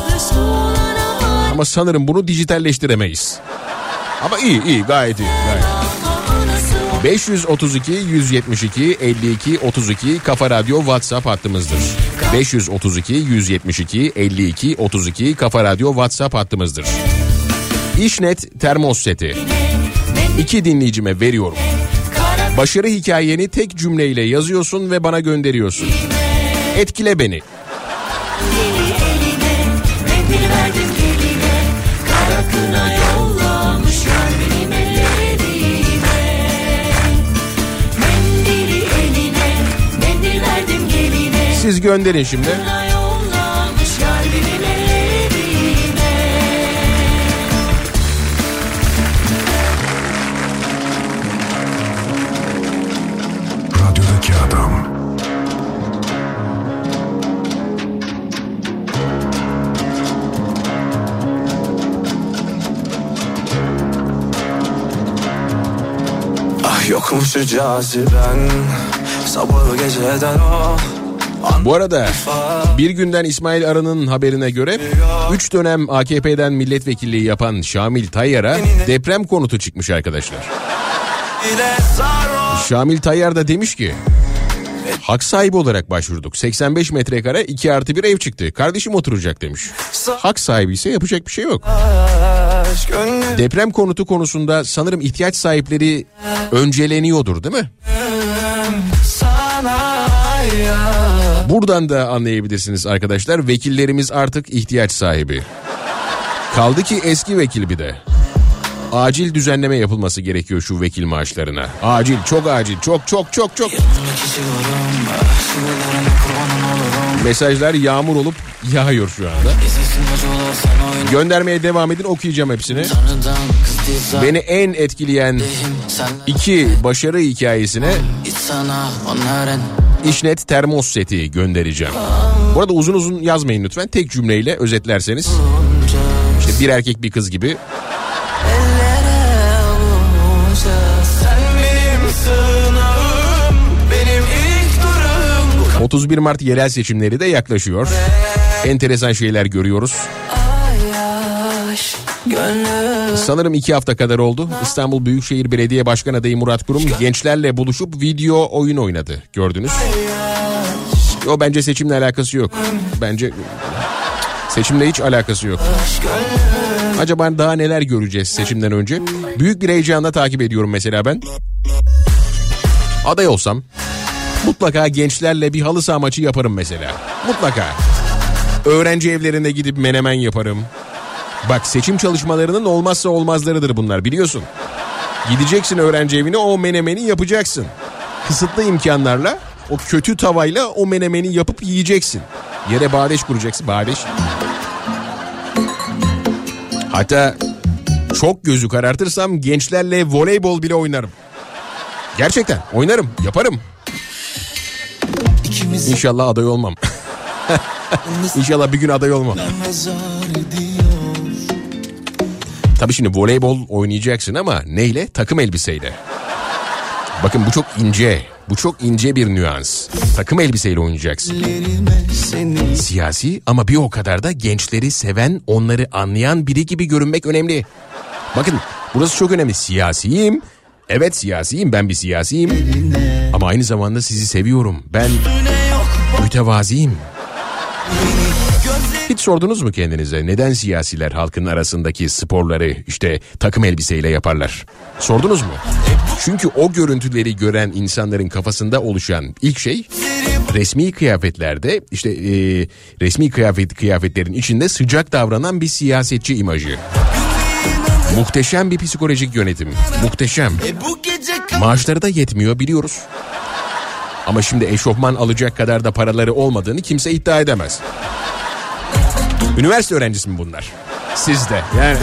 Ama sanırım bunu dijitalleştiremeyiz. Ama iyi iyi gayet iyi. Gayet. beş yüz otuz iki yüz yetmiş iki elli iki otuz iki Kafa Radyo WhatsApp hattımızdır. beş yüz otuz iki yüz yetmiş iki elli iki otuz iki Kafa Radyo WhatsApp hattımızdır. İşnet termos seti. İki dinleyicime veriyorum. Başarı hikayeni tek cümleyle yazıyorsun ve bana gönderiyorsun. Etkile beni. Siz gönderin şimdi. Radyodaki adam. Ah yokmuş şu caziben sabahı geceden o. Bu arada bir günden İsmail Arı'nın haberine göre üç dönem A K P'den milletvekilliği yapan Şamil Tayyar'a deprem konutu çıkmış arkadaşlar. Şamil Tayyar da demiş ki hak sahibi olarak başvurduk. seksen beş metrekare iki artı bir ev çıktı. Kardeşim oturacak demiş. Hak sahibi ise yapacak bir şey yok. Deprem konutu konusunda sanırım ihtiyaç sahipleri önceleniyordur değil mi? Buradan da anlayabilirsiniz arkadaşlar. Vekillerimiz artık ihtiyaç sahibi. Kaldı ki eski vekil bir de. Acil düzenleme yapılması gerekiyor şu vekil maaşlarına. Acil, çok acil, çok çok çok çok. Mesajlar yağmur olup yağıyor şu anda. Göndermeye devam edin, okuyacağım hepsini. Beni en etkileyen iki başarı hikayesine İşnet termos seti göndereceğim. Bu arada uzun uzun yazmayın lütfen. Tek cümleyle özetlerseniz. İşte bir erkek bir kız gibi. otuz bir Mart yerel seçimleri de yaklaşıyor. Enteresan şeyler görüyoruz. Sanırım iki hafta kadar oldu. İstanbul Büyükşehir Belediye Başkan adayı Murat Kurum gençlerle buluşup video oyun oynadı. Gördünüz. O bence seçimle alakası yok. Bence seçimle hiç alakası yok. Acaba daha neler göreceğiz seçimden önce? Büyük bir heyecanla takip ediyorum mesela ben. Aday olsam mutlaka gençlerle bir halı saha maçı yaparım mesela. Mutlaka. Öğrenci evlerine gidip menemen yaparım. Bak seçim çalışmalarının olmazsa olmazlarıdır bunlar biliyorsun. Gideceksin öğrenci evine, o menemeni yapacaksın. Kısıtlı imkanlarla o kötü tavayla o menemeni yapıp yiyeceksin. Yere bağdaş kuracaksın, bağdaş. Hatta çok gözü karartırsam gençlerle voleybol bile oynarım. Gerçekten oynarım, yaparım. İnşallah aday olmam. İnşallah bir gün aday olmam. Tabii şimdi voleybol oynayacaksın ama neyle? Takım elbiseyle. Bakın bu çok ince. Bu çok ince bir nüans. Takım elbiseyle oynayacaksın. Siyasi ama bir o kadar da gençleri seven, onları anlayan biri gibi görünmek önemli. Bakın burası çok önemli. Siyasiyim. Evet siyasiyim, ben bir siyasiyim. Ama aynı zamanda sizi seviyorum. Ben mütevaziyim. Hiç sordunuz mu kendinize neden siyasiler halkın arasındaki sporları işte takım elbiseyle yaparlar? Sordunuz mu? Çünkü o görüntüleri gören insanların kafasında oluşan ilk şey resmi kıyafetlerde işte e, resmi kıyafet kıyafetlerin içinde sıcak davranan bir siyasetçi imajı. Muhteşem bir psikolojik yönetim. Muhteşem. Maaşları da yetmiyor biliyoruz. Ama şimdi eşofman alacak kadar da paraları olmadığını kimse iddia edemez. Üniversite öğrencisi mi bunlar? Siz de yani.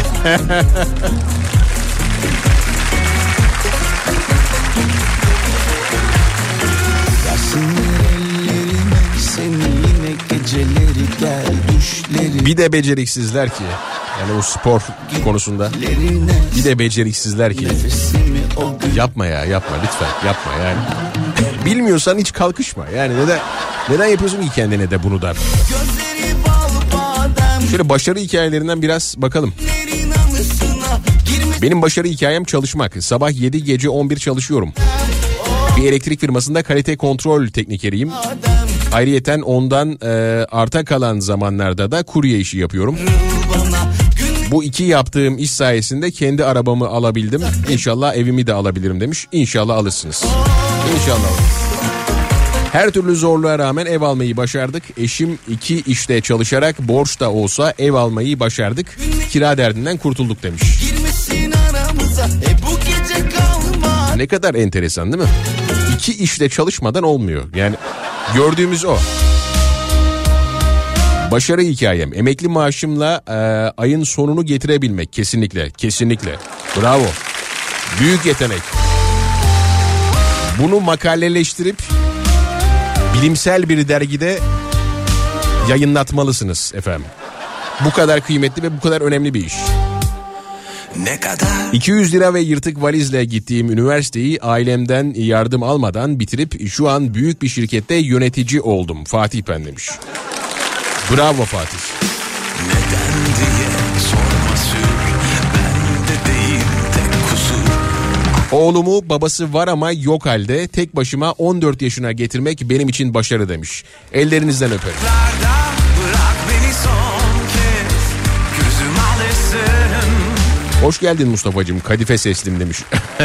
Bir de beceriksizler ki. Yani o spor konusunda. Bir de beceriksizler ki. Yapma ya, yapma lütfen, yapma yani. Bilmiyorsan hiç kalkışma. Yani neden neden yapıyorsun ki kendine de bunu da? Şöyle başarı hikayelerinden biraz bakalım. Benim başarı hikayem çalışmak. Sabah yedi gece on bir çalışıyorum. Bir elektrik firmasında kalite kontrol teknikeriyim. Ayrıyeten ondan e, arta kalan zamanlarda da kurye işi yapıyorum. Bu iki yaptığım iş sayesinde kendi arabamı alabildim. İnşallah evimi de alabilirim demiş. İnşallah alırsınız. İnşallah. Her türlü zorluğa rağmen ev almayı başardık. Eşim iki işte çalışarak borç da olsa ev almayı başardık. Kira derdinden kurtulduk demiş. Ne kadar enteresan değil mi? İki işte çalışmadan olmuyor. Yani gördüğümüz o. Başarı hikayem. Emekli maaşımla e, ayın sonunu getirebilmek. Kesinlikle, kesinlikle. Bravo. Büyük yetenek. Bunu makaleleştirip bilimsel bir dergide yayınlatmalısınız efendim. Bu kadar kıymetli ve bu kadar önemli bir iş. Ne kadar? iki yüz lira ve yırtık valizle gittiğim üniversiteyi ailemden yardım almadan bitirip şu an büyük bir şirkette yönetici oldum. Fatih ben demiş. Bravo Fatih. Neden diye sorma sür, bende değil tek kusur. Oğlumu babası var ama yok halde tek başıma on dört yaşına getirmek benim için başarı demiş. Ellerinizden öperim. Hoş geldin Mustafa'cığım, kadife seslim demiş.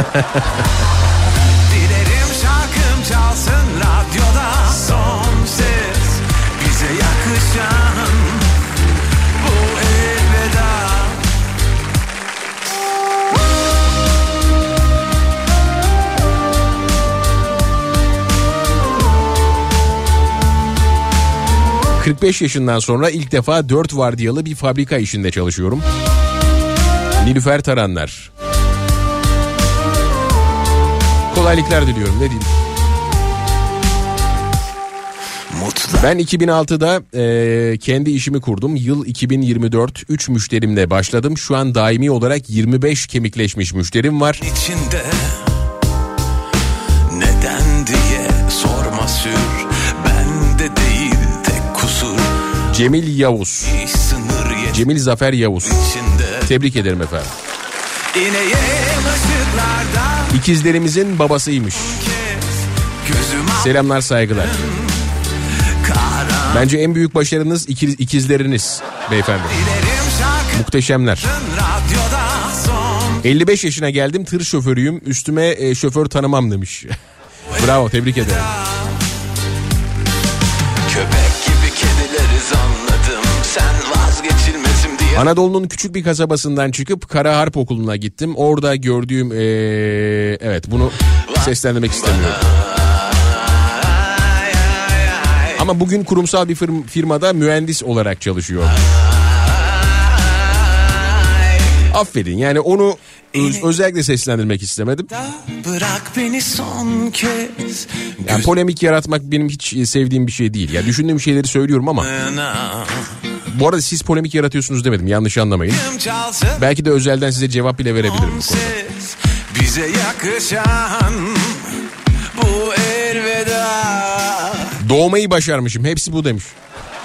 Dilerim şarkım çalsın radyoda son ses, bize yakışan bu elveda. kırk beş yaşından sonra ilk defa dört vardiyalı bir fabrika işinde çalışıyorum. Nilüfer Taranlar. Kolaylıklar diliyorum, ne diyeyim. Mutlu. Ben iki bin altıda e, kendi işimi kurdum. Yıl iki bin yirmi dört. üç müşterimle başladım. Şu an daimi olarak yirmi beş kemikleşmiş müşterim var. İçinde neden diye sorma sür. Bende değil tek kusur. Cemil Yavuz. Cemil Zafer Yavuz. Tebrik ederim efendim. İkizlerimizin babasıymış. Selamlar, saygılar. Bence en büyük başarınız ikiz, ikizleriniz beyefendi. Muhteşemler. elli beş yaşına geldim, tır şoförüyüm. Üstüme e, şoför tanımam demiş. Bravo, tebrik ederim. Köpek gibi kedileriz anladım. Sen vazgeçilmezim diye. Anadolu'nun küçük bir kasabasından çıkıp Kara Harp Okulu'na gittim. Orada gördüğüm ee, evet bunu seslendirmek istemiyorum. Ama bugün kurumsal bir firmada mühendis olarak çalışıyor. Affedin yani onu öz- özellikle seslendirmek istemedim. Bırak beni son kez. Yani polemik yaratmak benim hiç sevdiğim bir şey değil. Yani düşündüğüm şeyleri söylüyorum ama. Bu arada siz polemik yaratıyorsunuz demedim, yanlış anlamayın. Belki de özelden size cevap bile verebilirim bu konuda. Bize yakışan bu elveda. Doğmayı başarmışım, hepsi bu demiş.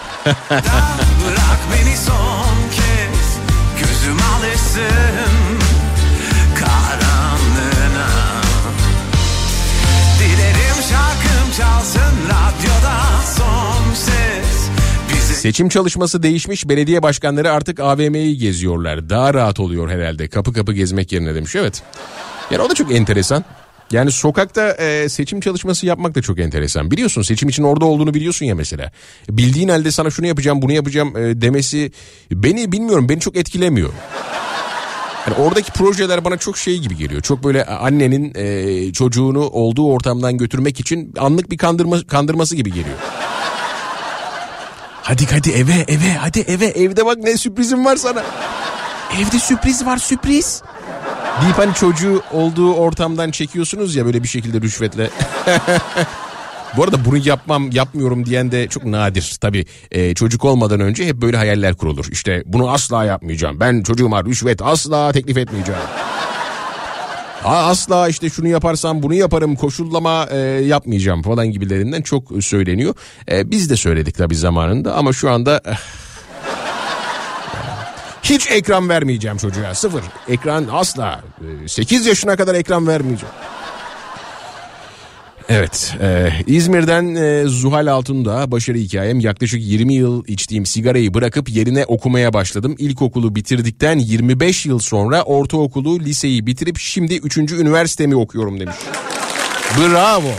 Bırak beni son kez, gözüm alışsın karanlığına. çalsın radyoda son ses. Bize... Seçim çalışması değişmiş, belediye başkanları artık A V M'yi geziyorlar. Daha rahat oluyor herhalde kapı kapı gezmek yerine demiş. Evet. Yani o da çok enteresan. Yani sokakta e, seçim çalışması yapmak da çok enteresan. Biliyorsun, seçim için orada olduğunu biliyorsun ya mesela. Bildiğin halde sana şunu yapacağım bunu yapacağım e, demesi beni bilmiyorum beni çok etkilemiyor. Yani oradaki projeler bana çok şey gibi geliyor. Çok böyle annenin e, çocuğunu olduğu ortamdan götürmek için anlık bir kandırma, kandırması gibi geliyor. Hadi hadi eve eve hadi eve evde bak ne sürprizim var sana. Evde sürpriz var sürpriz. Deyip hani çocuğu olduğu ortamdan çekiyorsunuz ya böyle bir şekilde rüşvetle. Bu arada bunu yapmam yapmıyorum diyen de çok nadir. Tabii e, çocuk olmadan önce hep böyle hayaller kurulur. İşte bunu asla yapmayacağım. Ben çocuğuma rüşvet asla teklif etmeyeceğim. Asla işte şunu yaparsam bunu yaparım koşullama e, yapmayacağım falan gibilerinden çok söyleniyor. E, biz de söyledik tabii zamanında ama şu anda... Hiç ekran vermeyeceğim çocuğa, sıfır. Ekran asla. sekiz yaşına kadar ekran vermeyeceğim. Evet, e, İzmir'den e, Zuhal Altundağ, başarı hikayem. Yaklaşık yirmi yıl içtiğim sigarayı bırakıp yerine okumaya başladım. İlkokulu bitirdikten yirmi beş yıl sonra ortaokulu, liseyi bitirip şimdi üçüncü üniversitemi okuyorum demiş. Bravo.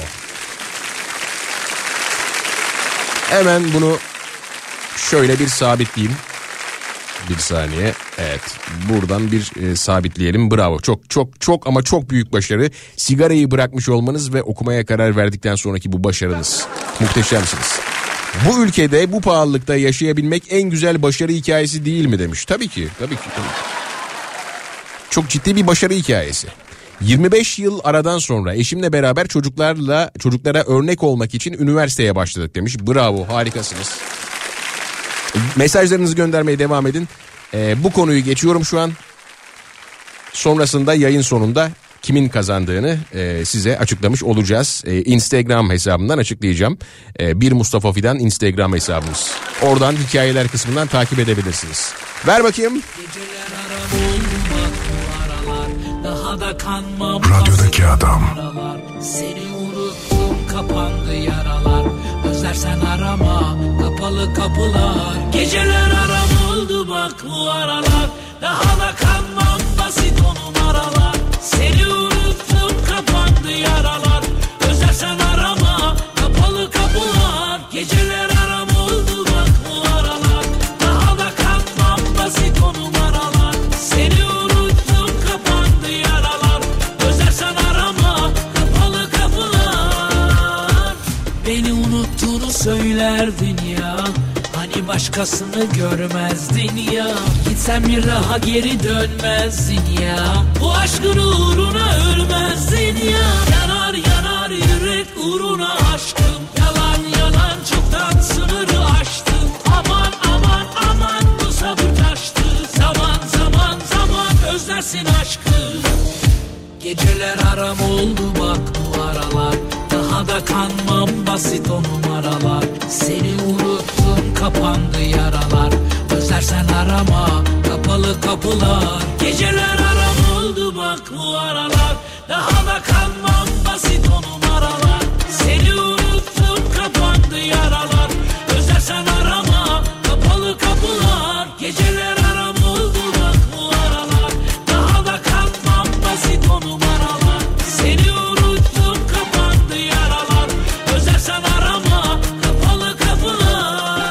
Hemen bunu şöyle bir sabitleyeyim. Bir saniye. Evet. Buradan bir e, sabitleyelim. Bravo. Çok çok çok ama çok büyük başarı. Sigarayı bırakmış olmanız ve okumaya karar verdikten sonraki bu başarınız. Muhteşemsiniz. Bu ülkede bu pahalılıkta yaşayabilmek en güzel başarı hikayesi değil mi demiş. Tabii ki. Tabii ki. Tabii ki. Çok ciddi bir başarı hikayesi. yirmi beş yıl aradan sonra eşimle beraber çocuklarla çocuklara örnek olmak için üniversiteye başladık demiş. Bravo. Harikasınız. Mesajlarınızı göndermeye devam edin. Ee, bu konuyu geçiyorum şu an. Sonrasında yayın sonunda kimin kazandığını e, size açıklamış olacağız. E, Instagram hesabından açıklayacağım. E, bir Mustafa Fidan Instagram hesabımız. Oradan hikayeler kısmından takip edebilirsiniz. Ver bakayım. Radyodaki adam. Seni unuttum, kapandı yaralar. Özlersen arama, kapalı kapılar. Geceler aram oldu bak bu aralar. Daha da kanmam basit o numaralar. Seni unuttum, kapandı yaralar. Özlersen arama, kapalı kapılar. Geceler aram oldu bak bu aralar. Daha da kanmam basit o numaralar. Seni unuttum, kapandı yaralar. Özlersen arama, kapalı kapılar. Beni unuttuğunu söylerdin ya. Hani başkasını görmezdin ya. Gitsen bir daha geri dönmezdin ya. Bu aşkın uğruna ölmezdin ya. Yanar yanar yürek uğruna aşkım. Yalan yalan çoktan sınırı aştım. Aman aman aman bu sabır taştı. Zaman zaman zaman özlersin aşkı. Geceler aram oldu bak bu aralar. Daha da kanmam basit o numaralar. Seni unuttum, kapandı yaralar. Özlersen arama, kapalı kapılar. Geceler aram oldu bak bu aralar. Daha da kanmam basit o numaralar. Seni unuttum, kapandı yaralar. Özlersen arama, kapalı kapılar. Geceler aram oldu bak bu aralar. Daha da kanmam basit o numaralar. Seni unuttum, kapandı yaralar. Özlersen arama, kapalı kapılar.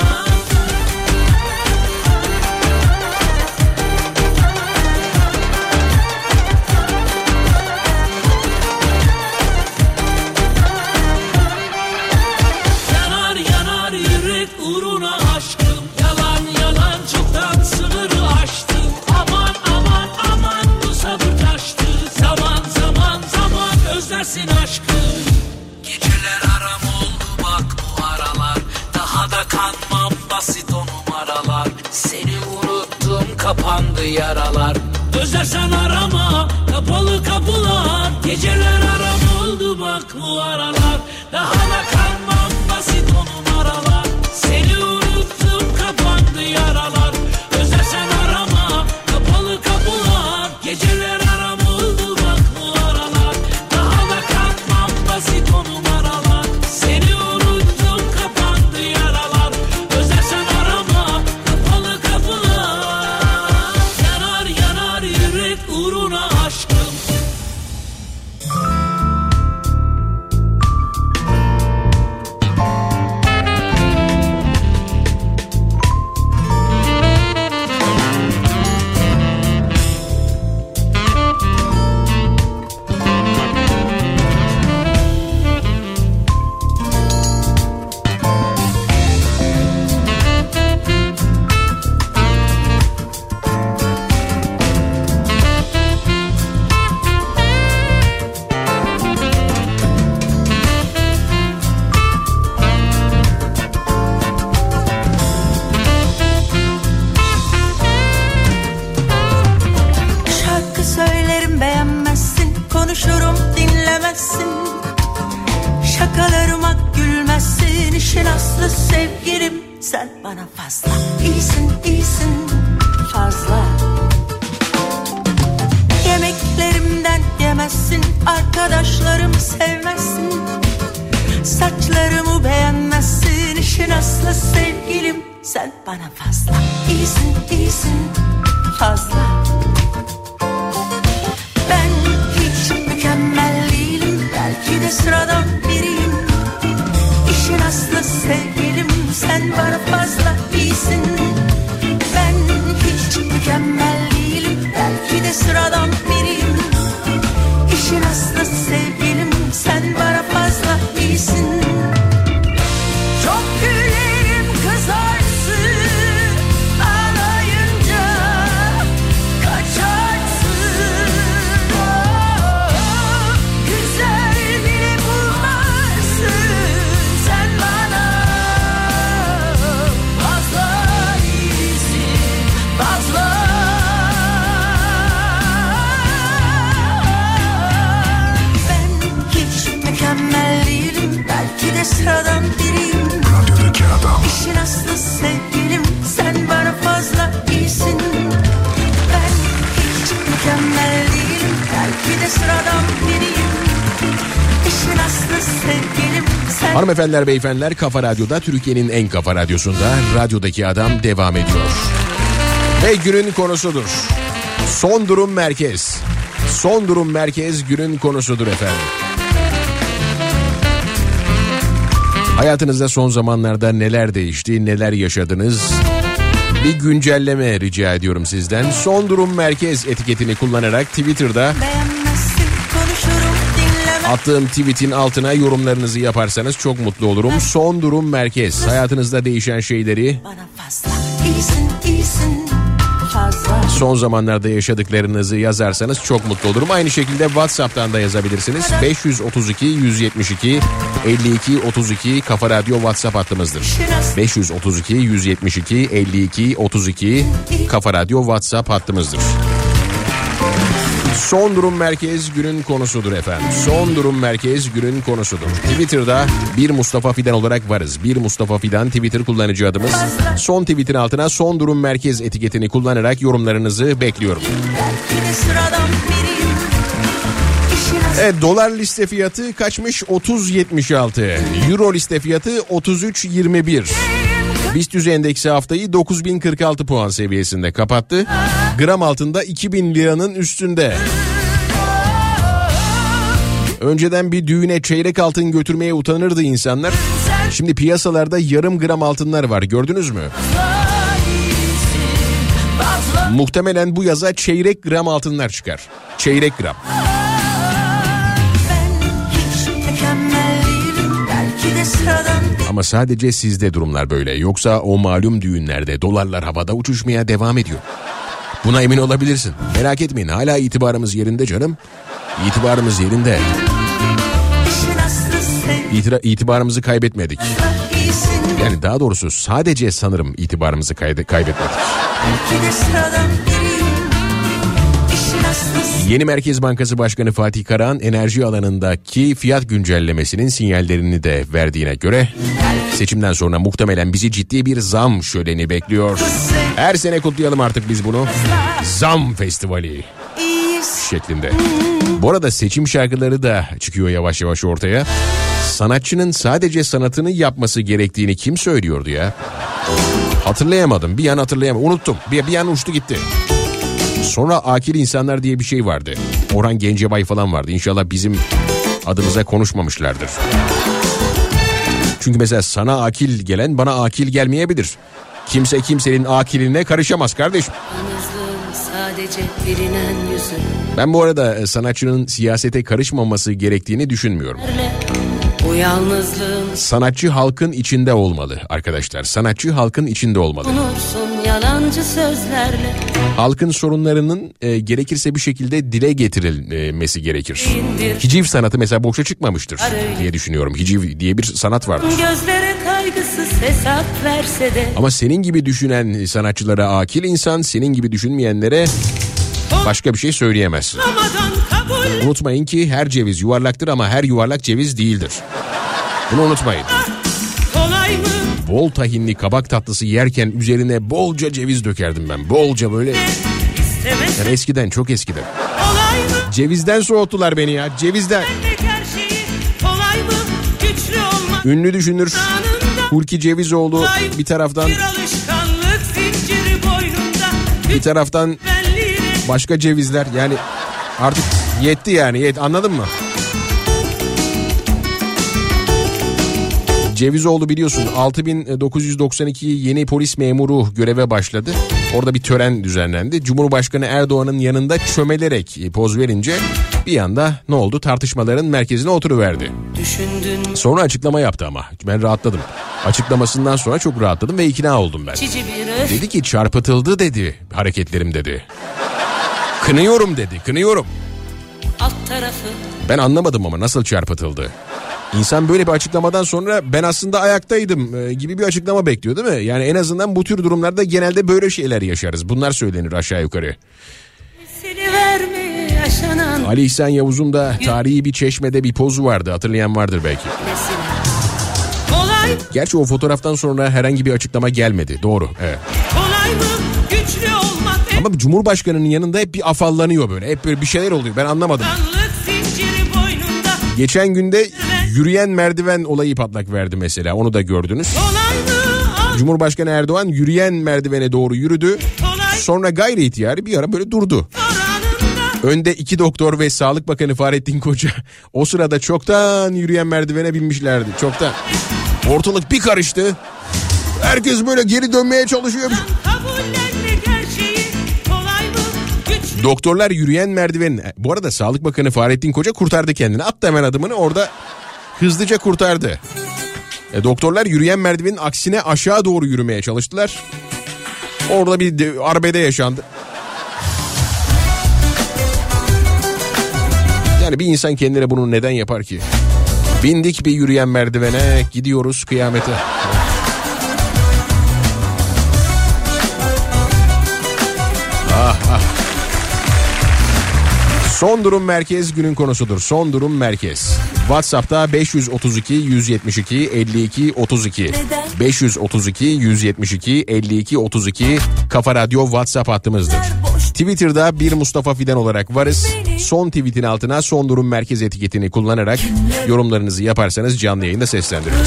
Yanar yanar yürek uğruna aşkım. Yalan yalan çoktan sınırı aştım. Aman aman aman bu sabır taştı. Zaman zaman zaman özlersin aşkı. Geceler aram oldu bak bu aralar. Daha da kanmam basit o numaralar. Seni unuttum, kapandı yaralar. Özlersen arama, kapalı kapılar. Geceler aram oldu bak bu aralar. Daha da kanmam basit o numaralar. Seni unuttum, kapandı yaralar. Özlersen arama, kapalı kapılar. Geceler aram oldu bak bu aralar. Daha da kanmam basit o numaralar. Şakalarıma gülmezsin, işin aslı sevgilim. Sen bana fazla iyisin, iyisin fazla. Yemeklerimden yemezsin, arkadaşlarımı sevmezsin. Saçlarımı beğenmezsin, işin aslı sevgilim. Sen bana fazla iyisin, iyisin fazla. Ben hiç mükemmel değilim, belki de sıradan biriyim. İşin aslı sevgilim, sen bana fazla iyisin. Ben hiç mükemmel değilim, belki de sıradan biriyim. İşin aslı sevgilim, sen bana fazla iyisin. Çok gülerim, kızarsın, ağlayınca kaçarsın. Oh, güzel bile bulmazsın, sen bana fazla iyisin, fazla. Ben hiç mükemmel değilim, belki de sıradan biriyim. Radyodaki adam. İşin aslı sevgilim, sen bana fazla iyisin. Ben hiç mükemmel değilim, belki de sıradan biriyim. İşin aslı sevgilim, sen... Hanımefendiler, beyefendiler, Kafa Radyo'da, Türkiye'nin en kafa radyosunda Radyodaki Adam devam ediyor. Ve günün konusudur. Son durum merkez. Son durum merkez günün konusudur efendim. Hayatınızda son zamanlarda neler değişti, neler yaşadınız? Bir güncelleme rica ediyorum sizden. Son durum merkez etiketini kullanarak Twitter'da Beğenmezsin, konuşurum, dinlemem. attığım tweetin altına yorumlarınızı yaparsanız çok mutlu olurum. Son durum merkez. Hayatınızda değişen şeyleri, Bana fazla iyisin, iyisin fazla. son zamanlarda yaşadıklarınızı yazarsanız çok mutlu olurum. Aynı şekilde WhatsApp'tan da yazabilirsiniz. beş yüz otuz iki yüz yetmiş iki elli iki otuz iki Kafa Radyo WhatsApp hattımızdır. beş yüz otuz iki yüz yetmiş iki elli iki otuz iki Kafa Radyo WhatsApp hattımızdır. Son durum merkez günün konusudur efendim. Son durum merkez günün konusudur. Twitter'da bir Mustafa Fidan olarak varız. Bir Mustafa Fidan Twitter kullanıcı adımız. Son tweetin altına son durum merkez etiketini kullanarak yorumlarınızı bekliyorum. Belki de sıradan biriyim. İşin aslı Evet, dolar liste fiyatı kaçmış? otuz yetmiş altı. Euro liste fiyatı otuz üç yirmi bir. BIST endeksi haftayı dokuz bin kırk altı puan seviyesinde kapattı. Gram altında iki bin liranın üstünde. Önceden bir düğüne çeyrek altın götürmeye utanırdı insanlar. Şimdi piyasalarda yarım gram altınlar var, gördünüz mü? Muhtemelen bu yaza çeyrek gram altınlar çıkar. Çeyrek gram. ben hiç mükemmel değilim, belki de sıradan. Ama sadece sizde durumlar böyle. Yoksa o malum düğünlerde dolarlar havada uçuşmaya devam ediyor. Buna emin olabilirsin. Merak etmeyin, hala itibarımız yerinde canım. İtibarımız yerinde. İşin aslı sevgilim, İtira, itibarımızı kaybetmedik. iyisin. Yani daha doğrusu sadece sanırım itibarımızı kayde, kaybetmedik. Belki de sıradan biriyim. İşin aslı Yeni Merkez Bankası Başkanı Fatih Karahan enerji alanındaki fiyat güncellemesinin sinyallerini de verdiğine göre seçimden sonra muhtemelen bizi ciddi bir zam şöleni bekliyor. Her sene kutlayalım artık biz bunu. Zam Festivali şeklinde. Bu arada seçim şarkıları da çıkıyor yavaş yavaş ortaya. Sanatçının sadece sanatını yapması gerektiğini kim söylüyordu ya? Hatırlayamadım. Bir an hatırlayamadım. Unuttum. Bir, bir an uçtu gitti. Sonra akil insanlar diye bir şey vardı. Orhan Gencebay falan vardı. İnşallah bizim adımıza konuşmamışlardır. Çünkü mesela sana akil gelen bana akil gelmeyebilir. Kimse kimsenin akiline karışamaz kardeşim. Sadece bilinen yüzün. Ben bu arada sanatçının siyasete karışmaması gerektiğini düşünmüyorum. Bu yalnızlığın Sanatçı halkın içinde olmalı arkadaşlar. Sanatçı halkın içinde olmalı. unutsun yalancı sözlerle. Halkın sorunlarının e, gerekirse bir şekilde dile getirilmesi gerekir. Hiciv sanatı mesela boşa çıkmamıştır diye düşünüyorum. Hiciv diye bir sanat vardır. Gözlere kaygısız hesap verse de. Ama senin gibi düşünen sanatçılara akil insan, senin gibi düşünmeyenlere başka bir şey söyleyemez. Unutmayın ki her ceviz yuvarlaktır ama her yuvarlak ceviz değildir. Bunu unutmayın. Kolay mı? Bol tahinli kabak tatlısı yerken üzerine bolca ceviz dökerdim ben. Bolca böyle. Yani eskiden, çok eskiden. Kolay mı? Cevizden soğuttular beni ya. Cevizden. Her şeyi kolay mı? Güçlü olmak. Ünlü düşünür Hulki Cevizoğlu bir taraftan, Bir alışkanlık zinciri boynunda. bir taraftan başka cevizler. Yani artık yetti yani. Yet, anladın mı? Cevizoğlu biliyorsun altı bin dokuz yüz doksan iki yeni polis memuru göreve başladı. Orada bir tören düzenlendi. Cumhurbaşkanı Erdoğan'ın yanında çömelerek poz verince bir anda ne oldu? Tartışmaların merkezine oturuverdi. Düşündün. Sonra açıklama yaptı ama ben rahatladım. Açıklamasından sonra çok rahatladım ve ikna oldum ben. Dedi ki çarpıtıldı dedi hareketlerim dedi. Kınıyorum dedi, kınıyorum. Alt tarafı. Ben anlamadım ama nasıl çarpıtıldı? İnsan böyle bir açıklamadan sonra ben aslında ayaktaydım e, gibi bir açıklama bekliyor değil mi? Yani en azından bu tür durumlarda genelde böyle şeyler yaşarız. Bunlar söylenir aşağı yukarı. Verme yaşanan. Ali İhsan Yavuz'un da tarihi bir çeşmede bir pozu vardı, hatırlayan vardır belki. Kolay. Gerçi o fotoğraftan sonra herhangi bir açıklama gelmedi, doğru, evet. Kolay mı? Güçlü olmak. Ama Cumhurbaşkanı'nın yanında hep bir afallanıyor böyle, hep böyle bir şeyler oluyor, ben anlamadım. Zinciri boynunda. Geçen günde yürüyen merdiven olayı patlak verdi mesela, onu da gördünüz. Cumhurbaşkanı Erdoğan yürüyen merdivene doğru yürüdü. Sonra gayri ihtiyari bir ara böyle durdu. Önde iki doktor ve Sağlık Bakanı Fahrettin Koca o sırada çoktan yürüyen merdivene binmişlerdi. Çoktan. Ortalık bir karıştı. Herkes böyle geri dönmeye çalışıyor. Doktorlar yürüyen merdivenin. Bu arada Sağlık Bakanı Fahrettin Koca kurtardı kendini. Attı hemen adımını, orada hızlıca kurtardı. E, doktorlar yürüyen merdivenin aksine aşağı doğru yürümeye çalıştılar. Orada bir de, arbede yaşandı. Yani bir insan kendine bunu neden yapar ki? Bindik bir yürüyen merdivene, gidiyoruz kıyamete. Ah ah. Son durum merkez günün konusudur. Son durum merkez. WhatsApp'ta beş yüz otuz iki yüz yetmiş iki elli iki otuz iki. beş yüz otuz iki yüz yetmiş iki elli iki otuz iki Kafa Radyo WhatsApp hattımızdır. Twitter'da bir Mustafa Fidan olarak varız. Son tweetin altına son durum merkez etiketini kullanarak yorumlarınızı yaparsanız canlı yayında seslendiririz.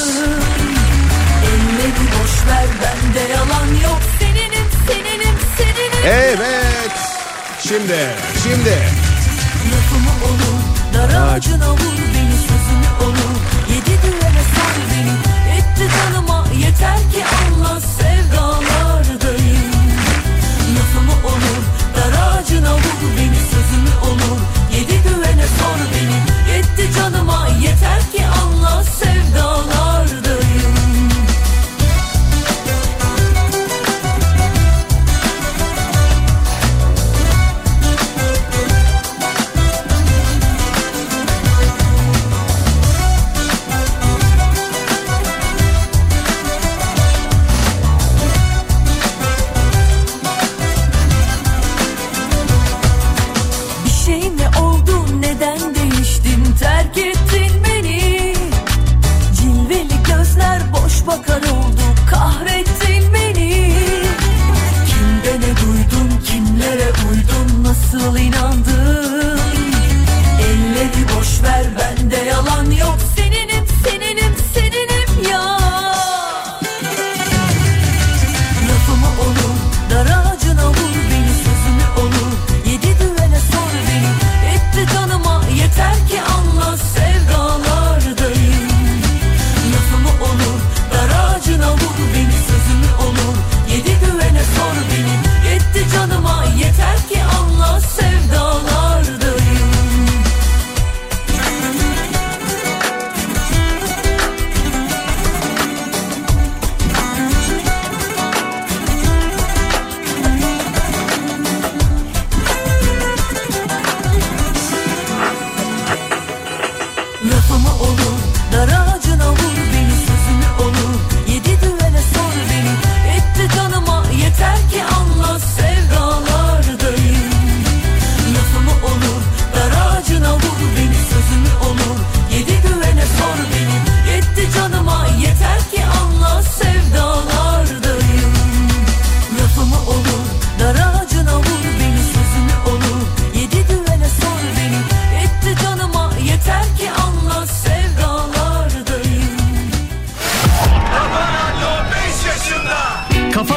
Evet. Şimdi, şimdi. Lafımı olur, dar ağacına vur beni, sözümü olur. Yedi düğene sar beni, etti tanıma yeter ki Allah, sevdalardayım. Lafımı olur, dar ağacına vur beni, sözümü olur. Yedi düğene sor beni, yetti canıma yeter ki Allah, sevdalardayım.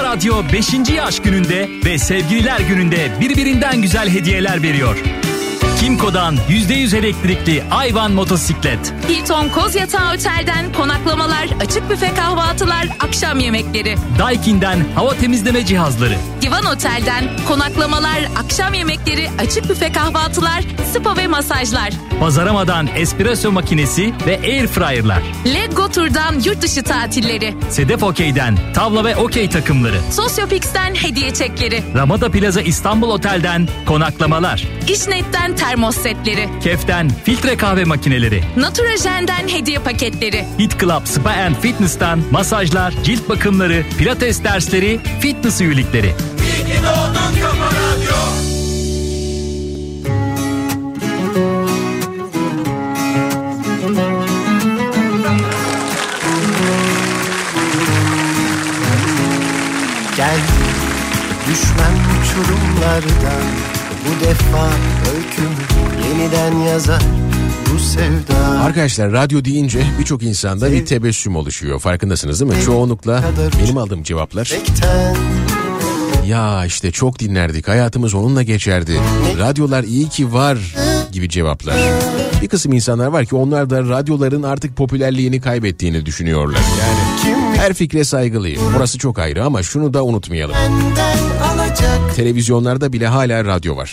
Radyo beşinci yaş gününde ve sevgililer gününde birbirinden güzel hediyeler veriyor. Kimco'dan yüzde yüz elektrikli Ayvan motosiklet. Hilton Kozyatağı Otel'den konaklamalar, açık büfe kahvaltılar, akşam yemekleri. Daikin'den hava temizleme cihazları. Divan Otel'den konaklamalar, akşam yemekleri, açık büfe kahvaltılar, spa ve masajlar. Pazarama'dan espresso makinesi ve air fryer'lar. Lego Tur'dan yurt dışı tatilleri. Sedef Okey'den tavla ve okey takımları. Sosyopix'ten hediye çekleri. Ramada Plaza İstanbul Otel'den konaklamalar. İşnet'ten termos setleri. Kef'ten filtre kahve makineleri. Naturajen'den hediye paketleri. Hit Club Spa and Fitness'tan masajlar, cilt bakımları, pilates dersleri, fitness üyelikleri. İyi ki doğdun Kafa Radyo. Gel düşmem uçurumlardan, bu defa öykümü yeniden yazar bu sevda. Arkadaşlar radyo deyince birçok insanda bir tebessüm oluşuyor. Farkındasınız değil mi? Çoğunlukla benim aldığım cevaplar. Ya işte çok dinlerdik, hayatımız onunla geçerdi. Radyolar iyi ki var gibi cevaplar. Bir kısım insanlar var ki onlar da radyoların artık popülerliğini kaybettiğini düşünüyorlar. Yani her fikre saygılıyım. Orası çok ayrı ama şunu da unutmayalım. Televizyonlarda bile hala radyo var.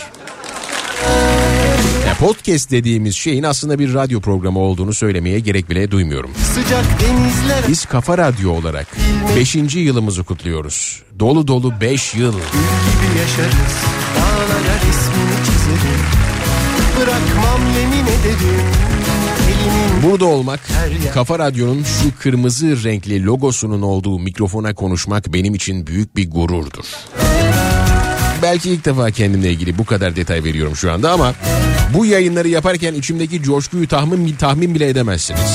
Ya podcast dediğimiz şeyin aslında bir radyo programı olduğunu söylemeye gerek bile duymuyorum. Biz Kafa Radyo olarak beşinci yılımızı kutluyoruz. Dolu dolu beş yıl. Gül gibi yaşarız, dağlara resmini çizerim. Bırakmam yemin ederim. Burada olmak, Kafa Radyo'nun şu kırmızı renkli logosunun olduğu mikrofona konuşmak benim için büyük bir gururdur. Belki ilk defa kendimle ilgili bu kadar detay veriyorum şu anda ama bu yayınları yaparken içimdeki coşkuyu tahmin, tahmin bile edemezsiniz.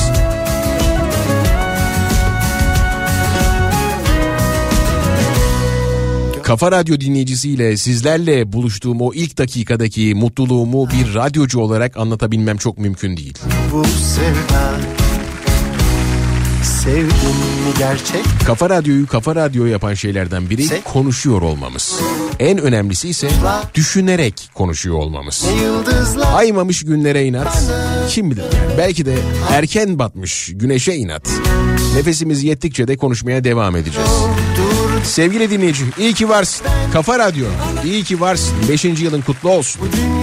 Kafa Radyo dinleyicisiyle sizlerle buluştuğum o ilk dakikadaki mutluluğumu bir radyocu olarak anlatabilmem çok mümkün değil. Bu sevda, sevdim mi gerçek? Kafa Radyo'yu Kafa Radyo yapan şeylerden biri konuşuyor olmamız. En önemlisi ise düşünerek konuşuyor olmamız. Aymamış günlere inat, kim bilir yani belki de erken batmış güneşe inat. Nefesimiz yettikçe de konuşmaya devam edeceğiz. Sevgili dinleyici, iyi ki varsın. Kafa Radyo, iyi ki varsın. Beşinci yılın kutlu olsun.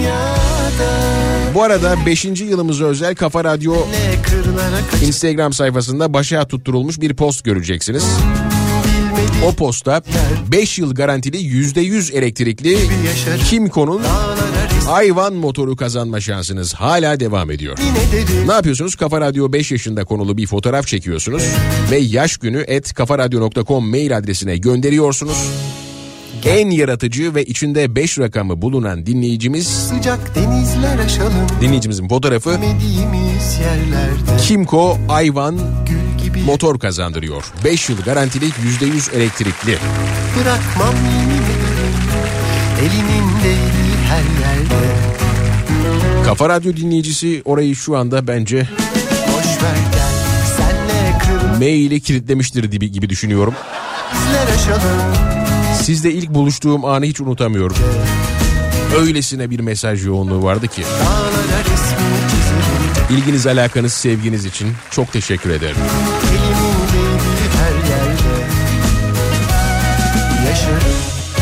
Bu arada beşinci yılımıza özel Kafa Radyo Instagram sayfasında başa tutturulmuş bir post göreceksiniz. O posta beş yıl garantili yüzde yüz elektrikli Kimco'nun Ayvan motoru kazanma şansınız hala devam ediyor. Ne yapıyorsunuz? Kafa Radyo beş yaşında konulu bir fotoğraf çekiyorsunuz ve yaş günü et kafaradyo nokta com mail adresine gönderiyorsunuz. En yaratıcı ve içinde beş rakamı bulunan dinleyicimiz, sıcak denizler aşalım, dinleyicimizin fotoğrafı Kimco Ayvan motor kazandırıyor. beş yıl garantili yüzde yüz elektrikli. Bırakmam yemin ederim, elimin değdiği her yerde. Kafa Radyo dinleyicisi orayı şu anda bence boşver gel, senle kırmızı maili kilitlemiştir gibi, gibi düşünüyorum. Sizle ilk buluştuğum anı hiç unutamıyorum. Öylesine bir mesaj yoğunluğu vardı ki. İlginiz, alakanız, sevginiz için çok teşekkür ederim. her yerde yaşarım.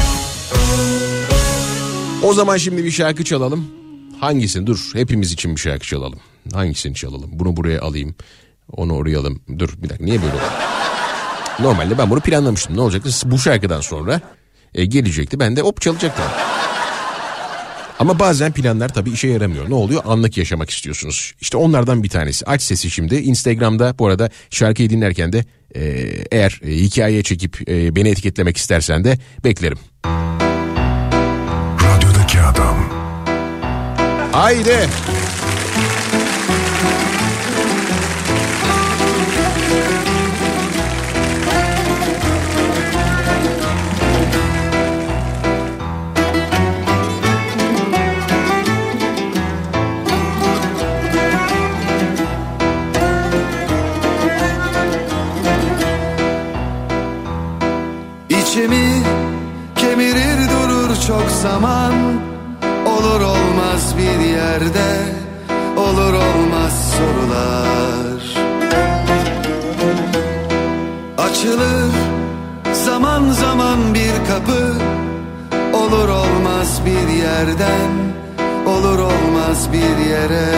O zaman şimdi bir şarkı çalalım. Hangisini? Dur, hepimiz için bir şarkı çalalım. Hangisini çalalım? Bunu buraya alayım. Onu oraya alayım. Dur bir dakika, niye böyle oldu? Normalde ben bunu planlamıştım. Ne olacaktı? Bu şarkıdan sonra e, gelecekti. Ben de hop çalacaktım. Ama bazen planlar tabii işe yaramıyor. Ne oluyor? Anlık yaşamak istiyorsunuz. İşte onlardan bir tanesi. Aç sesi şimdi. Instagram'da bu arada şarkıyı dinlerken de e, eğer e, hikayeye çekip e, beni etiketlemek istersen de beklerim. Radyodaki adam. Haydi. içimi kemirir durur çok zaman. Olur olmaz bir yerde, olur olmaz sorular. Açılır zaman zaman bir kapı, olur olmaz bir yerden, olur olmaz bir yere.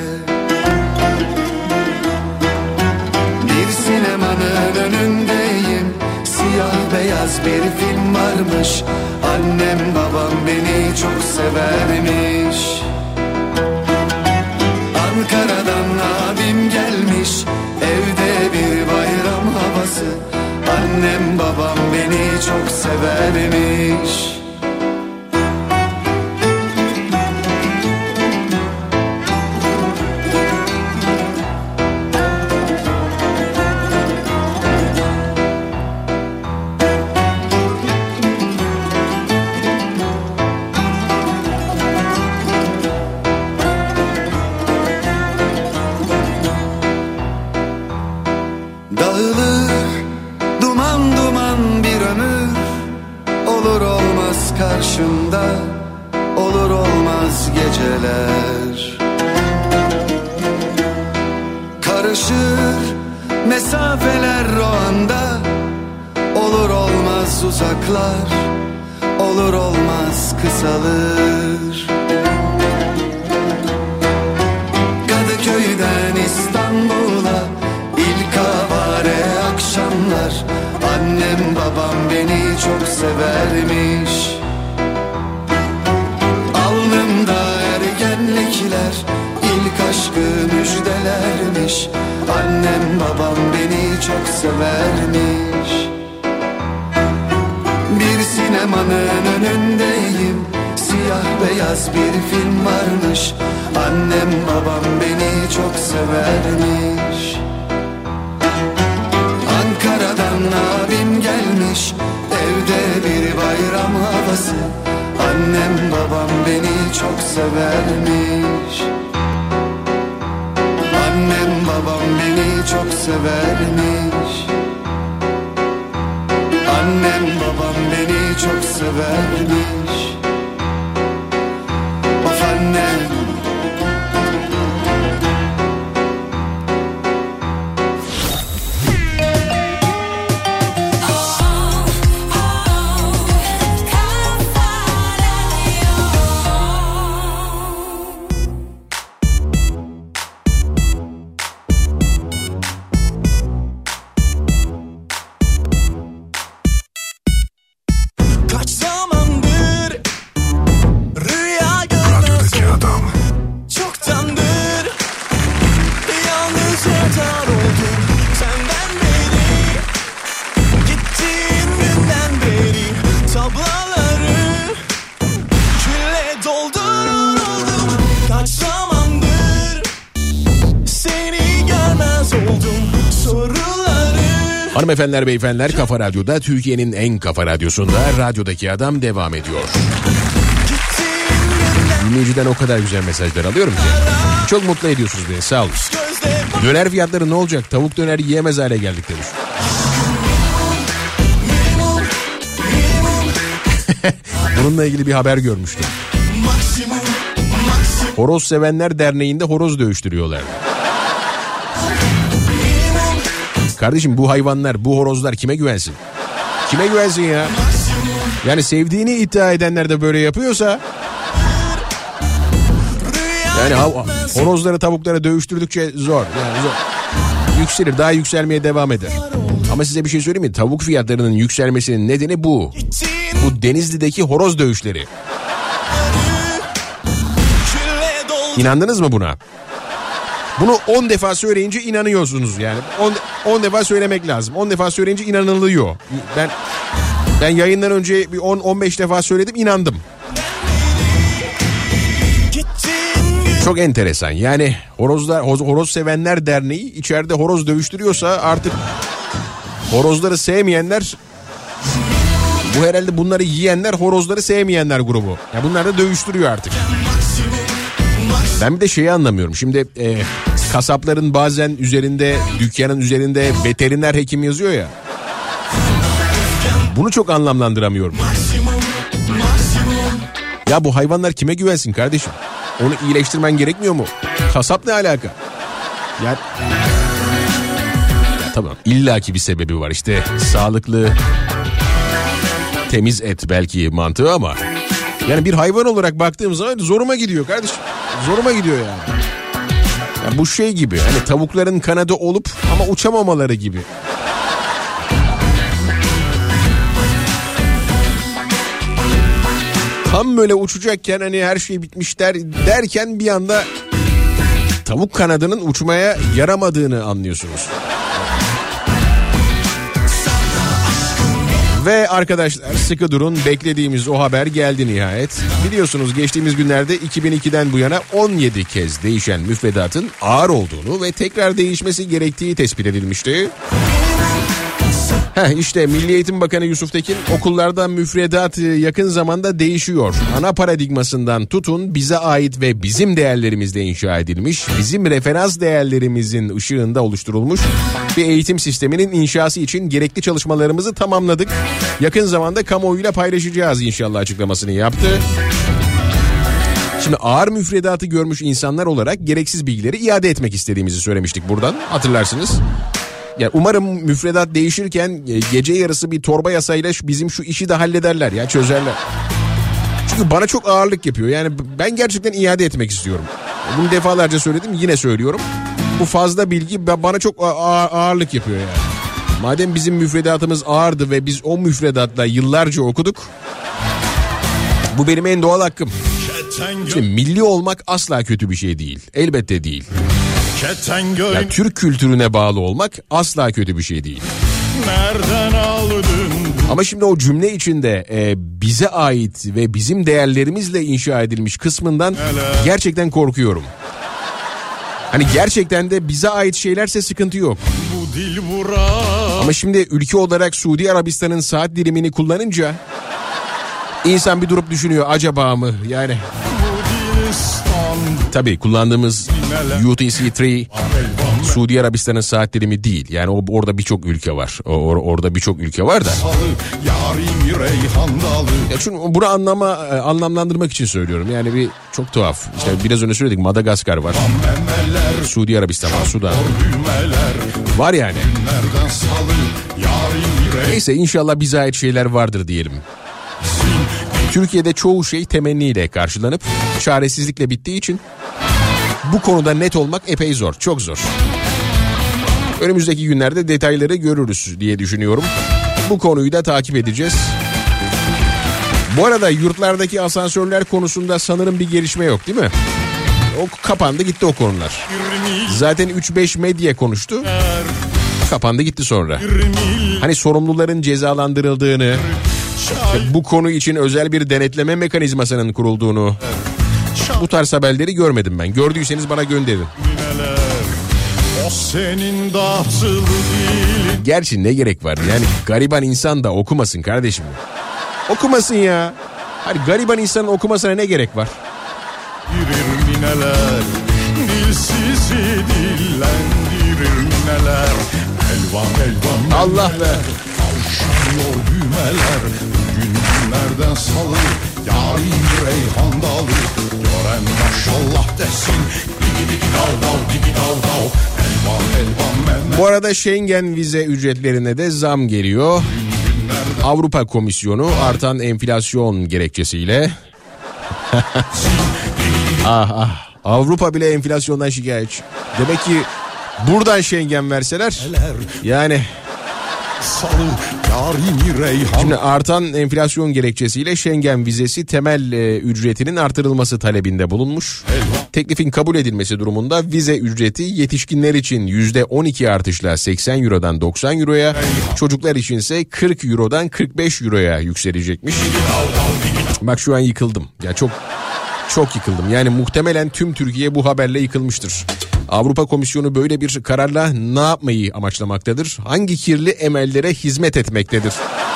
Bir sinemanın önündeyim, siyah beyaz bir film varmış. Annem babam beni çok severmiş. Ankara'dan abim gelmiş, evde bir bayram havası. Annem babam beni çok severmiş. Karşımda olur olmaz geceler. Karışır mesafeler o anda, olur olmaz uzaklar, olur olmaz kısalır. Kadıköy'den İstanbul'a ilk avare akşamlar. Annem babam beni çok severmiş. Alnımda ergenlikler, ilk aşkı müjdelermiş. Annem babam beni çok severmiş. Bir sinemanın önündeyim, siyah beyaz bir film varmış. Annem babam beni çok severmiş. Ankara'dan abim gelmiş, evde bir bayram havası. Annem babam beni çok severmiş. Annem babam beni çok severmiş. Annem babam beni çok severmiş. Of annem. Hanımefendiler, beyefendiler, Kafa Radyo'da, Türkiye'nin en kafa radyosunda Radyodaki Adam devam ediyor. Dinleyiciden o kadar güzel mesajlar alıyorum ki. Çok mutlu ediyorsunuz beni, sağ olun. Döner fiyatları ne olacak? Tavuk döner yiyemez hale geldik demiş. Bununla ilgili bir haber görmüştüm. Horoz Sevenler Derneği'nde horoz dövüştürüyorlar. Kardeşim, bu hayvanlar, bu horozlar kime güvensin? Kime güvensin ya? Yani sevdiğini iddia edenler de böyle yapıyorsa... Yani horozları, tavukları dövüştürdükçe zor. Yani zor. Yükselir, daha yükselmeye devam eder. Ama size bir şey söyleyeyim mi? Tavuk fiyatlarının yükselmesinin nedeni bu. Bu Denizli'deki horoz dövüşleri. İnandınız mı buna? Bunu on defa söyleyince inanıyorsunuz yani. on defa söylemek lazım. on defa söyleyince inanılıyor. Ben ben yayından önce bir on on beş defa söyledim, inandım. Çok enteresan. Yani horozlar, horoz sevenler derneği içeride horoz dövüştürüyorsa artık horozları sevmeyenler, bu herhalde bunları yiyenler horozları sevmeyenler grubu. Ya bunlar da dövüştürüyor artık. Ben bir de şeyi anlamıyorum. Şimdi e, kasapların bazen üzerinde, dükkanın üzerinde veteriner hekim yazıyor ya. Bunu çok anlamlandıramıyorum. Ya bu hayvanlar kime güvensin kardeşim? Onu iyileştirmen gerekmiyor mu? Kasap ne alaka? Ya, ya tamam, illaki bir sebebi var işte. Sağlıklı, temiz et belki mantığı ama yani bir hayvan olarak baktığım zaman zoruma gidiyor kardeşim. Zoruma gidiyor yani. Ya bu şey gibi, hani tavukların kanadı olup ama uçamamaları gibi. Tam böyle uçacakken hani her şey bitmiş der, derken bir anda tavuk kanadının uçmaya yaramadığını anlıyorsunuz. Ve arkadaşlar sıkı durun, beklediğimiz o haber geldi nihayet. Biliyorsunuz geçtiğimiz günlerde iki bin ikiden bu yana on yedi kez değişen müfredatın ağır olduğunu ve tekrar değişmesi gerektiği tespit edilmişti. Heh işte Milli Eğitim Bakanı Yusuf Tekin okullarda müfredat yakın zamanda değişiyor. Ana paradigmasından tutun bize ait ve bizim değerlerimizle inşa edilmiş, bizim referans değerlerimizin ışığında oluşturulmuş bir eğitim sisteminin inşası için gerekli çalışmalarımızı tamamladık. Yakın zamanda kamuoyuyla paylaşacağız inşallah açıklamasını yaptı. Şimdi ağır müfredatı görmüş insanlar olarak gereksiz bilgileri iade etmek istediğimizi söylemiştik buradan, hatırlarsınız. Yani umarım müfredat değişirken gece yarısı bir torba yasayla bizim şu işi de hallederler ya, çözerler. Çünkü bana çok ağırlık yapıyor. Yani ben gerçekten iade etmek istiyorum. Bunu defalarca söyledim, yine söylüyorum. Bu fazla bilgi bana çok ağırlık yapıyor yani. Madem bizim müfredatımız ağırdı ve biz o müfredatla yıllarca okuduk, bu benim en doğal hakkım. Şimdi milli olmak asla kötü bir şey değil. Elbette değil. Ya, Türk kültürüne bağlı olmak asla kötü bir şey değil. Ama şimdi o cümle içinde e, bize ait ve bizim değerlerimizle inşa edilmiş kısmından gerçekten korkuyorum. Hani gerçekten de bize ait şeylerse sıkıntı yok. Ama şimdi ülke olarak Suudi Arabistan'ın saat dilimini kullanınca insan bir durup düşünüyor, acaba mı yani. Tabii kullandığımız U T C üç Suudi Arabistan'ın saat dilimi değil. Yani o, orada birçok ülke var. O, orada birçok ülke var da. Ya çünkü bunu anlama anlamlandırmak için söylüyorum. Yani bir çok tuhaf. İşte biraz önce söyledik, Madagaskar var. Suudi Arabistan var, Sudan. Var yani. Neyse, inşallah bize ait şeyler vardır diyelim. Türkiye'de çoğu şey temenniyle karşılanıp çaresizlikle bittiği için bu konuda net olmak epey zor, çok zor. Önümüzdeki günlerde detayları görürüz diye düşünüyorum. Bu konuyu da takip edeceğiz. Bu arada yurtlardaki asansörler konusunda sanırım bir gelişme yok, değil mi? O kapandı gitti o konular. Zaten üç beş medya konuştu. Kapandı gitti sonra. Hani sorumluların cezalandırıldığını, bu konu için özel bir denetleme mekanizmasının kurulduğunu, bu tarz haberleri görmedim ben. Gördüyseniz bana gönderin. Gerçi ne gerek var? Yani gariban insan da okumasın kardeşim. Okumasın ya. Hani gariban insanın okumasına ne gerek var? Dirir mineler, dilsizi dillendirir mineler. Elvan elvan Allah be. Tavşanıyor düğmeler. Gün günlerden salı, yarim reyhan dalı. Gören maşallah desin. Digi digi dav dav, digi dav dav. Elvan elvan memle. Bu arada Schengen vize ücretlerine de zam geliyor. Avrupa Komisyonu artan enflasyon gerekçesiyle ah ah Avrupa bile enflasyondan şikayetçi. Demek ki buradan Schengen verseler yani. Şimdi artan enflasyon gerekçesiyle Schengen vizesi temel e, ücretinin artırılması talebinde bulunmuş. Teklifin kabul edilmesi durumunda vize ücreti yetişkinler için yüzde on iki artışla seksen eurodan doksan euroya, çocuklar için ise kırk eurodan kırk beş euroya yükselecekmiş. Bak şu an yıkıldım. Ya çok çok yıkıldım. Yani muhtemelen tüm Türkiye bu haberle yıkılmıştır. Avrupa Komisyonu böyle bir kararla ne yapmayı amaçlamaktadır? Hangi kirli emellere hizmet etmektedir?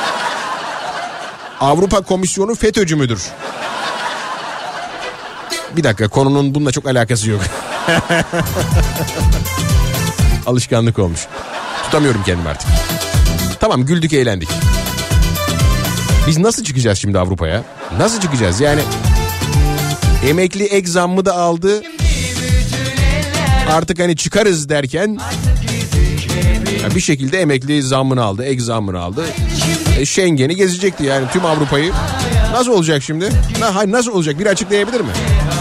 Avrupa Komisyonu FETÖ'cü müdür? Bir dakika, konunun bununla çok alakası yok. Alışkanlık olmuş. Tutamıyorum kendimi artık. Tamam, güldük eğlendik. Biz nasıl çıkacağız şimdi Avrupa'ya? Nasıl çıkacağız? Yani emekli ek zammı da aldı. Artık hani çıkarız derken ya bir şekilde emekli zammını aldı, ek zammını aldı. E, Schengen'i gezecekti yani tüm Avrupa'yı. Nasıl olacak şimdi? Na, nasıl olacak? Biri açıklayabilir mi?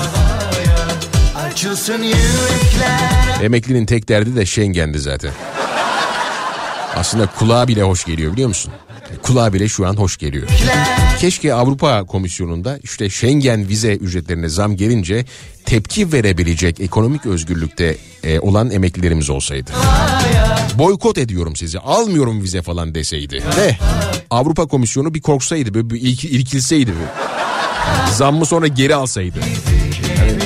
Emeklinin tek derdi de Schengen'di zaten. Aslında kulağa bile hoş geliyor biliyor musun? Kulağa bile şu an hoş geliyor. Keşke Avrupa Komisyonu'nda işte Schengen vize ücretlerine zam gelince tepki verebilecek ekonomik özgürlükte e, olan emeklilerimiz olsaydı. Boykot ediyorum sizi, almıyorum vize falan deseydi. De Avrupa Komisyonu bir korksaydı, böyle bir ilk, irkilseydi. Böyle. Zammı sonra geri alsaydı. Yani,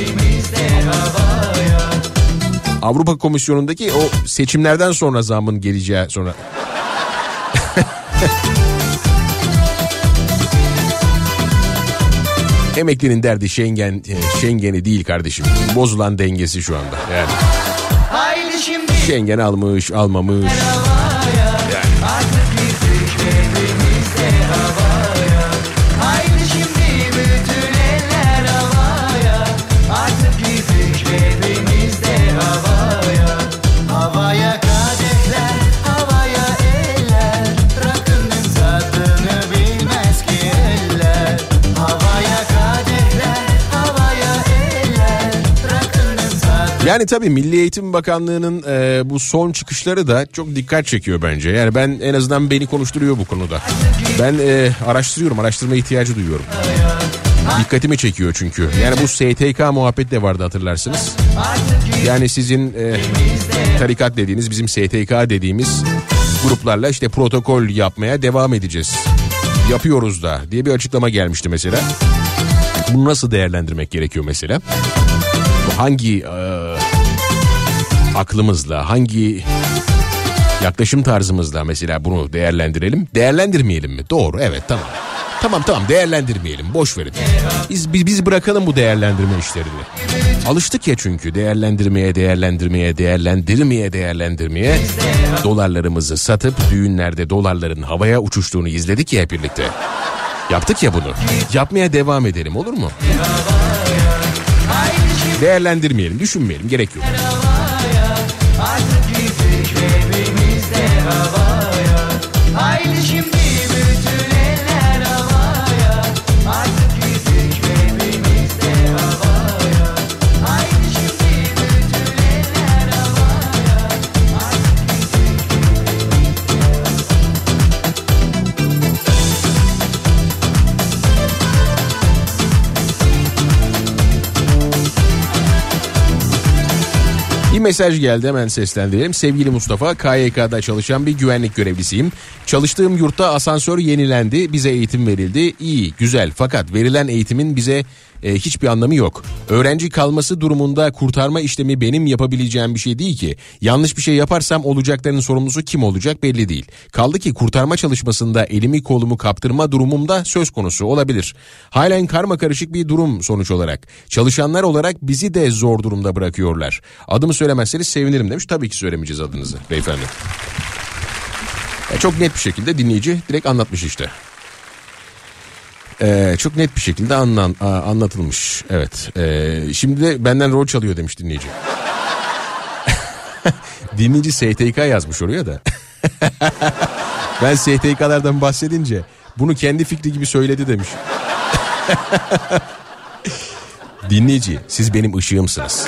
Avrupa Komisyonu'ndaki o seçimlerden sonra zammın geleceği sonra... Emeklinin derdi Schengen, Schengen'i değil kardeşim. Bozulan dengesi şu anda. Yani. Schengen almış, almamış. Yani. Yani tabii Milli Eğitim Bakanlığı'nın e, bu son çıkışları da çok dikkat çekiyor bence. Yani ben en azından beni konuşturuyor bu konuda. Ben e, araştırıyorum, araştırma ihtiyacı duyuyorum. Dikkatimi çekiyor çünkü. Yani bu S T K muhabbet de vardı hatırlarsınız. Yani sizin e, tarikat dediğiniz, bizim S T K dediğimiz gruplarla işte protokol yapmaya devam edeceğiz. Yapıyoruz da diye bir açıklama gelmişti mesela. Bunu nasıl değerlendirmek gerekiyor mesela? Hangi e, aklımızla, hangi yaklaşım tarzımızla mesela bunu değerlendirelim? Değerlendirmeyelim mi? Doğru, evet, tamam. Tamam tamam değerlendirmeyelim, boş verin. Biz, biz, biz bırakalım bu değerlendirme işlerini. Alıştık ya çünkü değerlendirmeye, değerlendirmeye, değerlendirmeye, değerlendirmeye. Dolarlarımızı satıp düğünlerde dolarların havaya uçuştuğunu izledik ya hep birlikte. Yaptık ya bunu. Yapmaya devam edelim, olur mu? Değerlendirmeyelim, düşünmeyelim, gerek yok. Haydi şimdi bütün eller havaya, artık yüzük cebimizde havaya. Haydi şimdi bütün eller havaya, artık yüzük Bir mesaj geldi, hemen seslendirelim. Sevgili Mustafa, K Y K'da çalışan bir güvenlik görevlisiyim. Çalıştığım yurtta asansör yenilendi, bize eğitim verildi. İyi, güzel, fakat verilen eğitimin bize e, hiçbir anlamı yok. Öğrenci kalması durumunda kurtarma işlemi benim yapabileceğim bir şey değil ki. Yanlış bir şey yaparsam olacakların sorumlusu kim olacak belli değil. Kaldı ki kurtarma çalışmasında elimi kolumu kaptırma durumum da söz konusu olabilir. Halen karmakarışık bir durum sonuç olarak. Çalışanlar olarak bizi de zor durumda bırakıyorlar. Adımı söylemezseniz sevinirim demiş. Tabii ki söylemeyeceğiz adınızı beyefendi. Çok net bir şekilde dinleyici direkt anlatmış işte. Ee, çok net bir şekilde anlan, anlatılmış. Evet. Ee, şimdi de benden rol çalıyor demiş dinleyici. Dinleyici S T K yazmış oraya da. Ben S T K'lardan bahsedince bunu kendi fikri gibi söyledi demiş. Dinleyici, siz benim ışığımsınız.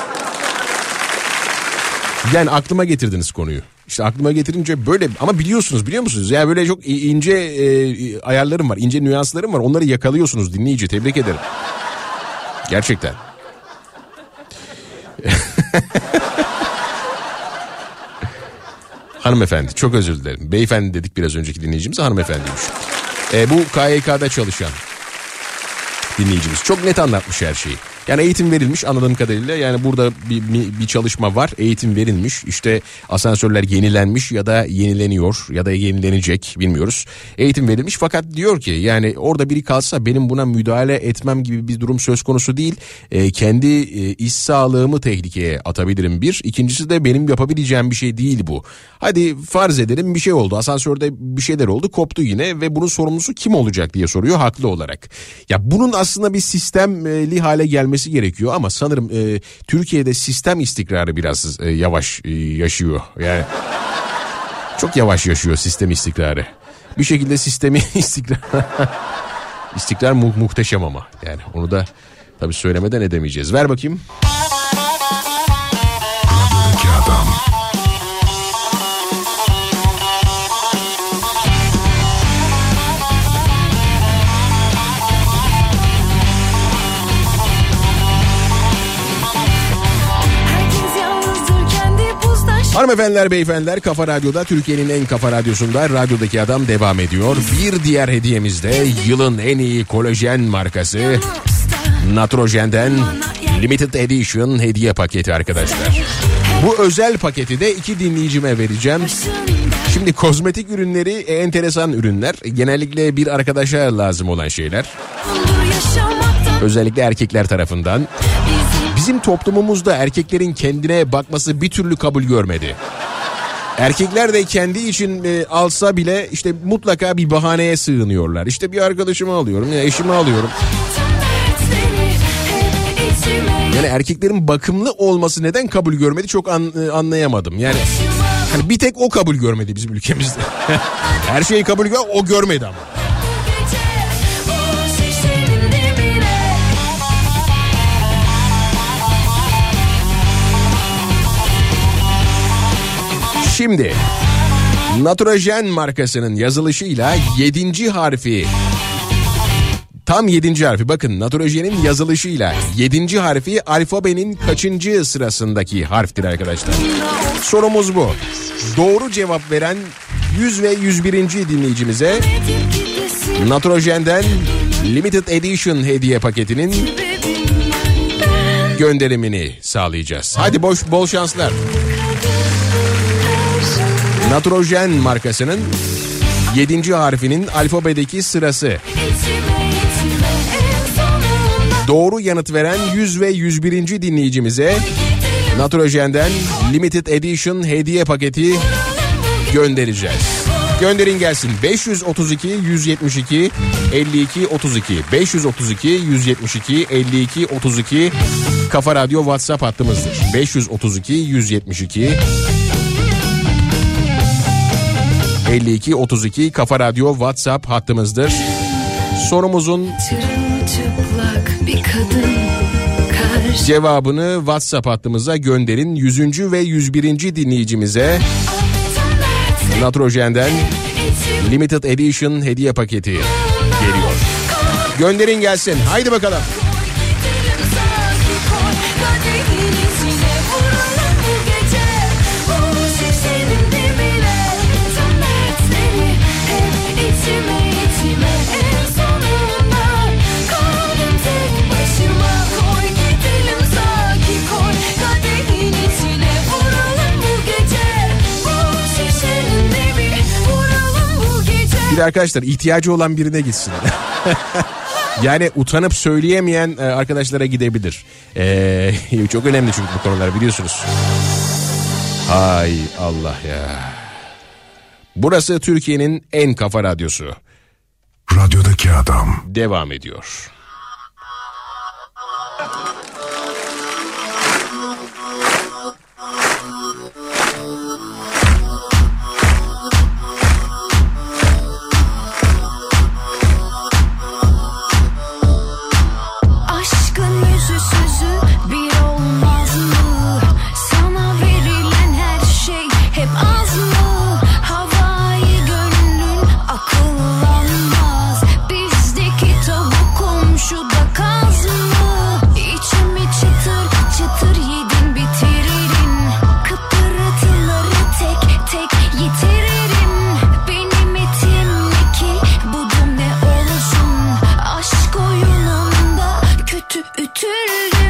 Yani aklıma getirdiniz konuyu. İşte aklıma getirince böyle, ama biliyorsunuz, biliyor musunuz? Yani böyle çok ince e, ayarlarım var, ince nüanslarım var. Onları yakalıyorsunuz dinleyici. Tebrik ederim. Gerçekten. Hanımefendi, çok özür dilerim. Beyefendi dedik biraz önceki dinleyicimiz, hanımefendiymiş. E, bu K Y K'da çalışan dinleyicimiz çok net anlatmış her şeyi. Yani eğitim verilmiş anladığım kadarıyla. Yani burada bir, bir, bir çalışma var. Eğitim verilmiş. İşte asansörler yenilenmiş ya da yenileniyor ya da yenilenecek, bilmiyoruz. Eğitim verilmiş fakat diyor ki yani orada biri kalsa benim buna müdahale etmem gibi bir durum söz konusu değil. E, kendi e, iş sağlığımı tehlikeye atabilirim bir. İkincisi de benim yapabileceğim bir şey değil bu. Hadi farz edelim bir şey oldu. Asansörde bir şeyler oldu, koptu yine ve bunun sorumlusu kim olacak diye soruyor haklı olarak. Ya bunun aslında bir sistemli hale gelmesi gerekiyor ama sanırım e, Türkiye'de sistem istikrarı biraz e, yavaş e, yaşıyor. Yani çok yavaş yaşıyor sistem istikrarı. Bir şekilde sistemi istikrar istikrar mu- muhteşem ama yani onu da tabii söylemeden edemeyeceğiz. Ver bakayım. Adam. Hanımefendiler, beyefendiler, Kafa Radyo'da, Türkiye'nin en kafa radyosunda Radyodaki Adam devam ediyor. Bir diğer hediyemiz de yılın en iyi kolajen markası Natrojen'den Limited Edition hediye paketi arkadaşlar. Bu özel paketi de iki dinleyicime vereceğim. Şimdi kozmetik ürünleri enteresan ürünler. Genellikle bir arkadaşa lazım olan şeyler. Özellikle erkekler tarafından. Bizim toplumumuzda erkeklerin kendine bakması bir türlü kabul görmedi. Erkekler de kendi için e, alsa bile işte mutlaka bir bahaneye sığınıyorlar. İşte bir arkadaşımı alıyorum ya eşimi alıyorum. Yani erkeklerin bakımlı olması neden kabul görmedi çok an, e, anlayamadım. Yani hani bir tek o kabul görmedi bizim ülkemizde. Her şeyi kabul gör, o görmedi ama. Şimdi Natrojen markasının yazılışıyla yedinci harfi, tam yedinci harfi, bakın Natrojen'in yazılışıyla yedinci harfi alfabenin kaçıncı sırasındaki harftir arkadaşlar? Sorumuz bu. Doğru cevap veren yüz ve yüz birinci dinleyicimize Natrojen'den Limited Edition hediye paketinin gönderimini sağlayacağız. Hadi boş bol şanslar. Natrojen markasının yedinci harfinin alfabedeki sırası. Doğru yanıt veren yüz ve yüz birinci dinleyicimize Natrojen'den Limited Edition hediye paketi göndereceğiz. Gönderin gelsin. beş yüz otuz iki yüz yetmiş iki elli iki otuz iki beş yüz otuz iki yüz yetmiş iki elli iki otuz iki Kafa Radyo WhatsApp hattımızdır. beş yüz otuz iki yüz yetmiş iki elli iki otuz iki Kafa Radyo WhatsApp hattımızdır. Sorumuzun cevabını WhatsApp hattımıza gönderin. yüzüncü ve yüz birinci dinleyicimize Natrojen'den Limited Edition hediye paketi geliyor. Gönderin gelsin. Haydi bakalım. Bir de arkadaşlar ihtiyacı olan birine gitsin. Yani utanıp söyleyemeyen arkadaşlara gidebilir. Ee, çok önemli çünkü bu konular biliyorsunuz. Hay Allah ya. Burası Türkiye'nin en kafa radyosu. Radyodaki Adam devam ediyor. Ütüldü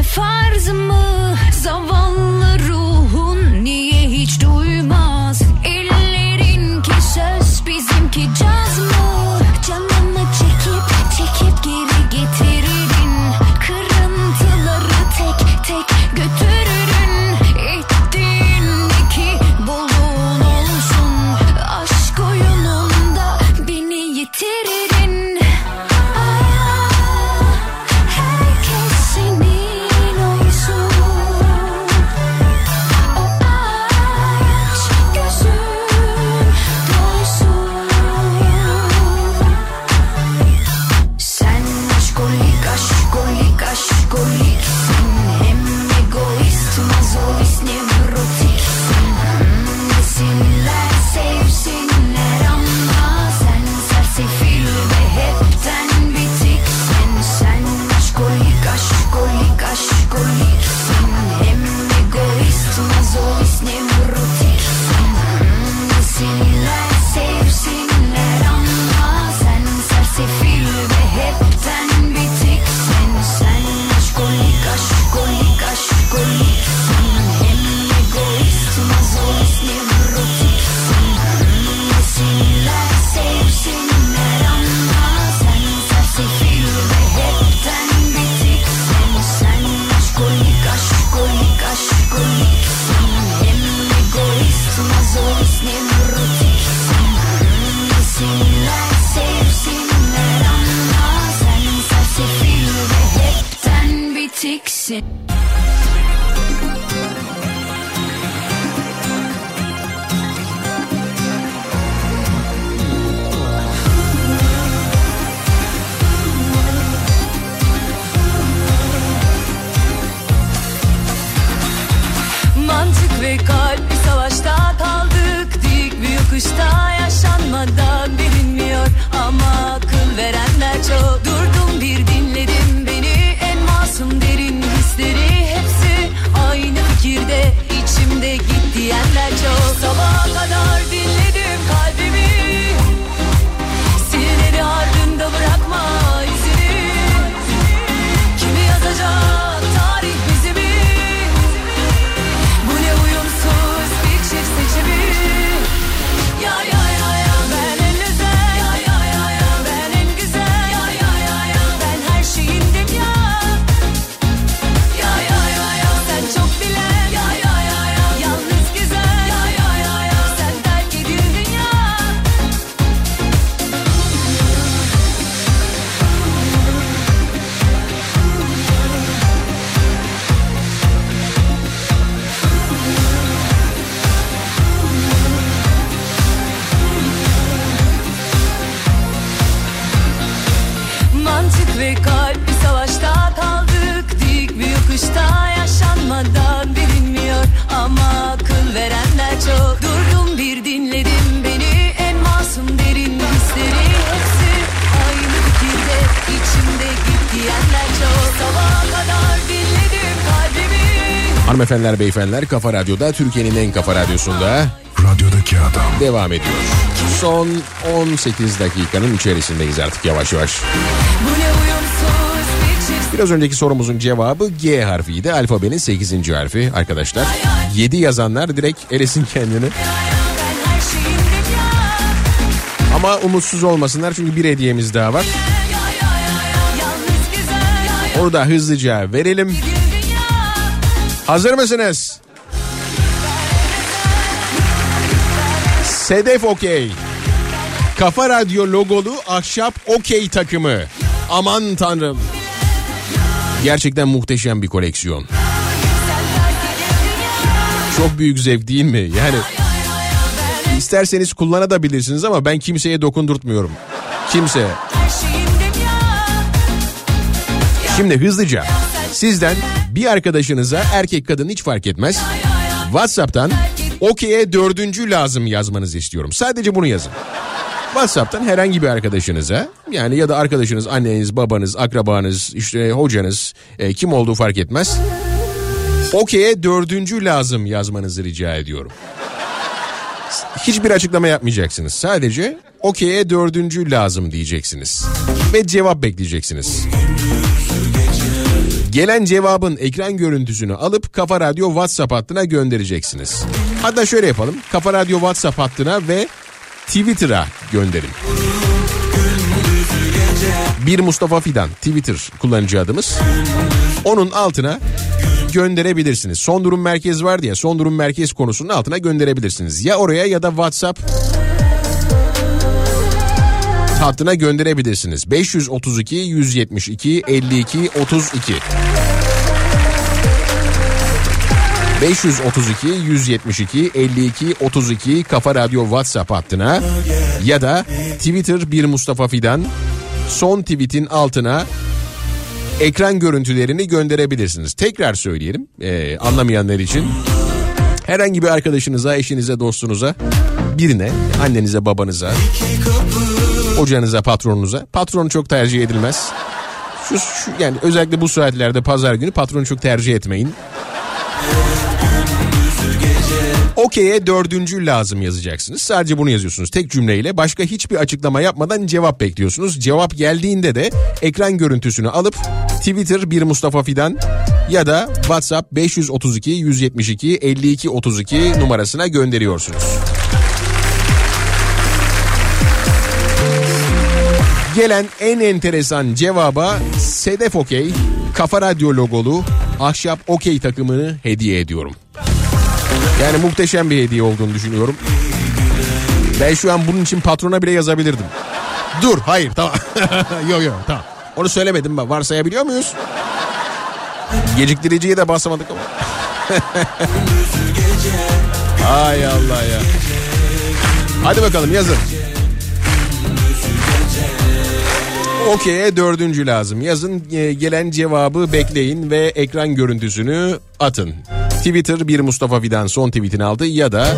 farz mı? Zavallı ruhun niye hiç duymaz? Ellerinki söz, bizimki caz mı? Canımı çekip çekip geri getiririn. Kırıntıları tek tek götürürün. Ettiğin iki bolun olsun. Aşk oyununda beni yitiririn. Herkes senin olsun. O aç gözün doysun. Sen aşkolik aşkolik aşkoliksin. Hem egoist mazoist nevrotiksin. Hmm, desinler sevsinler ama sen sersefil ve hepten bitiksin. Sen aşkolik aşkolik aşkoliksin. Hem egoist mazoist nevrotiksin. Hmm, desinler sevsinler ama sen sersefil ve hepten bitiksin. Sen aşkolik aşkolik aşkoliksin. Hem egoist mazoist nevrotiksin. Hmm, desinler sevsinler ama sen sersefil ve hepten bitiksin. Sen aşkolik aşkolik aşkoliksin. Hem egoist mazoist nevrotiksin. Hmm, desinler sevsinler ama sen sersefil ve hepten bitiksin. Mantık ve kalp bir savaşta kaldık. Dik bir yokuşta yaşanmadan bilinmiyor. Ama akıl verenler çok. Durdum bir dinledim beni. En masum derin hisleri hepsi aynı fikirde. İçimde git diyenler çok. Sabaha kadar dinledim kalbimi. Sinirleri ardında bırakma izini. Kimi yazacak tarih bizi mi? Bu ne uyumsuz bir çift seçimi. Ya ya ya ya ben en güzel. Ya ya ya ya ben en güzel. Ya ya ya ya ben her şeyindim ya. Ya ya ya ya sen çok bilen. Ya ya ya ya yalnız güzel. Ya ya ya ya sen terk edildin ya. Mantık ve kalp bir savaşta kaldık. Dik bir yokuşta yaşanmadan bilinmiyor. Ama akıl verenler çok. Durdum bir dinledim beni. En masum derin hisleri hepsi aynı fikirde. İçimde git diyenler çok. Sabaha kadar dinledim kalbimi. Hanımefendiler, beyefendiler, Kafa Radyo'da, Türkiye'nin en kafa radyosunda Radyodaki adam devam ediyor. Son on sekiz dakikanın içerisindeyiz artık yavaş yavaş. Bu ne uyumsuz bir çift. Biraz önceki sorumuzun cevabı G harfiydi. Alfabenin sekizinci harfi arkadaşlar. yedi yazanlar direkt elesin kendini. Ben her şeyindim ya. Ama umutsuz olmasınlar çünkü bir hediyemiz daha var. Yalnız güzel. Onu da hızlıca verelim. Hazır mısınız? Sedef Okey. Kafa Radyo logolu ahşap okey takımı. Aman tanrım. Gerçekten muhteşem bir koleksiyon. Çok büyük zevk değil mi? Yani isterseniz kullanabilirsiniz ama ben kimseye dokundurtmuyorum. Kimseye. Şimdi hızlıca sizden bir arkadaşınıza, erkek kadın hiç fark etmez, WhatsApp'tan okey'e dördüncü lazım yazmanızı istiyorum. Sadece bunu yazın. WhatsApp'tan herhangi bir arkadaşınıza, yani ya da arkadaşınız, anneniz, babanız, akrabanız, işte hocanız, e, kim olduğu fark etmez. Okey'e dördüncü lazım yazmanızı rica ediyorum. Hiçbir açıklama yapmayacaksınız. Sadece okey'e dördüncü lazım diyeceksiniz. Ve cevap bekleyeceksiniz. Gelen cevabın ekran görüntüsünü alıp Kafa Radyo WhatsApp hattına göndereceksiniz. Hatta şöyle yapalım. Kafa Radyo WhatsApp hattına ve Twitter'a gönderin. Bir Mustafa Fidan Twitter kullanıcı adımız. Onun altına gönderebilirsiniz. Son durum merkez vardı ya, son durum merkez konusunun altına gönderebilirsiniz. Ya oraya ya da WhatsApp hattına gönderebilirsiniz. beş yüz otuz iki yüz yetmiş iki elli iki otuz iki beş yüz otuz iki yüz yetmiş iki elli iki otuz iki Kafa Radyo WhatsApp hattına ya da Twitter bir Mustafa Fidan son tweetin altına ekran görüntülerini gönderebilirsiniz. Tekrar söyleyelim ee, anlamayanlar için. Herhangi bir arkadaşınıza, eşinize, dostunuza, birine, annenize, babanıza, hocanıza, patronunuza. Patron çok tercih edilmez. Şu, şu yani özellikle bu saatlerde pazar günü patronu çok tercih etmeyin. Okey'e dördüncü lazım yazacaksınız. Sadece bunu yazıyorsunuz tek cümleyle. Başka hiçbir açıklama yapmadan cevap bekliyorsunuz. Cevap geldiğinde de ekran görüntüsünü alıp Twitter bir Mustafa Fidan ya da WhatsApp beş yüz otuz iki yüz yetmiş iki elli iki otuz iki numarasına gönderiyorsunuz. Gelen en enteresan cevaba Sedef Okey Kafa Radyo logolu ahşap okey takımını hediye ediyorum. Yani muhteşem bir hediye olduğunu düşünüyorum. Ben şu an bunun için patrona bile yazabilirdim. Dur, hayır, tamam. Yok yok, tamam. Onu söylemedim ben. Varsayabiliyor muyuz? Geciktiriciye de basamadık ama. Ay Allah ya. Hadi bakalım yazın. Okey'e dördüncü lazım. Yazın, gelen cevabı bekleyin ve ekran görüntüsünü atın. Twitter bir Mustafa Fidan son tweetini aldı ya da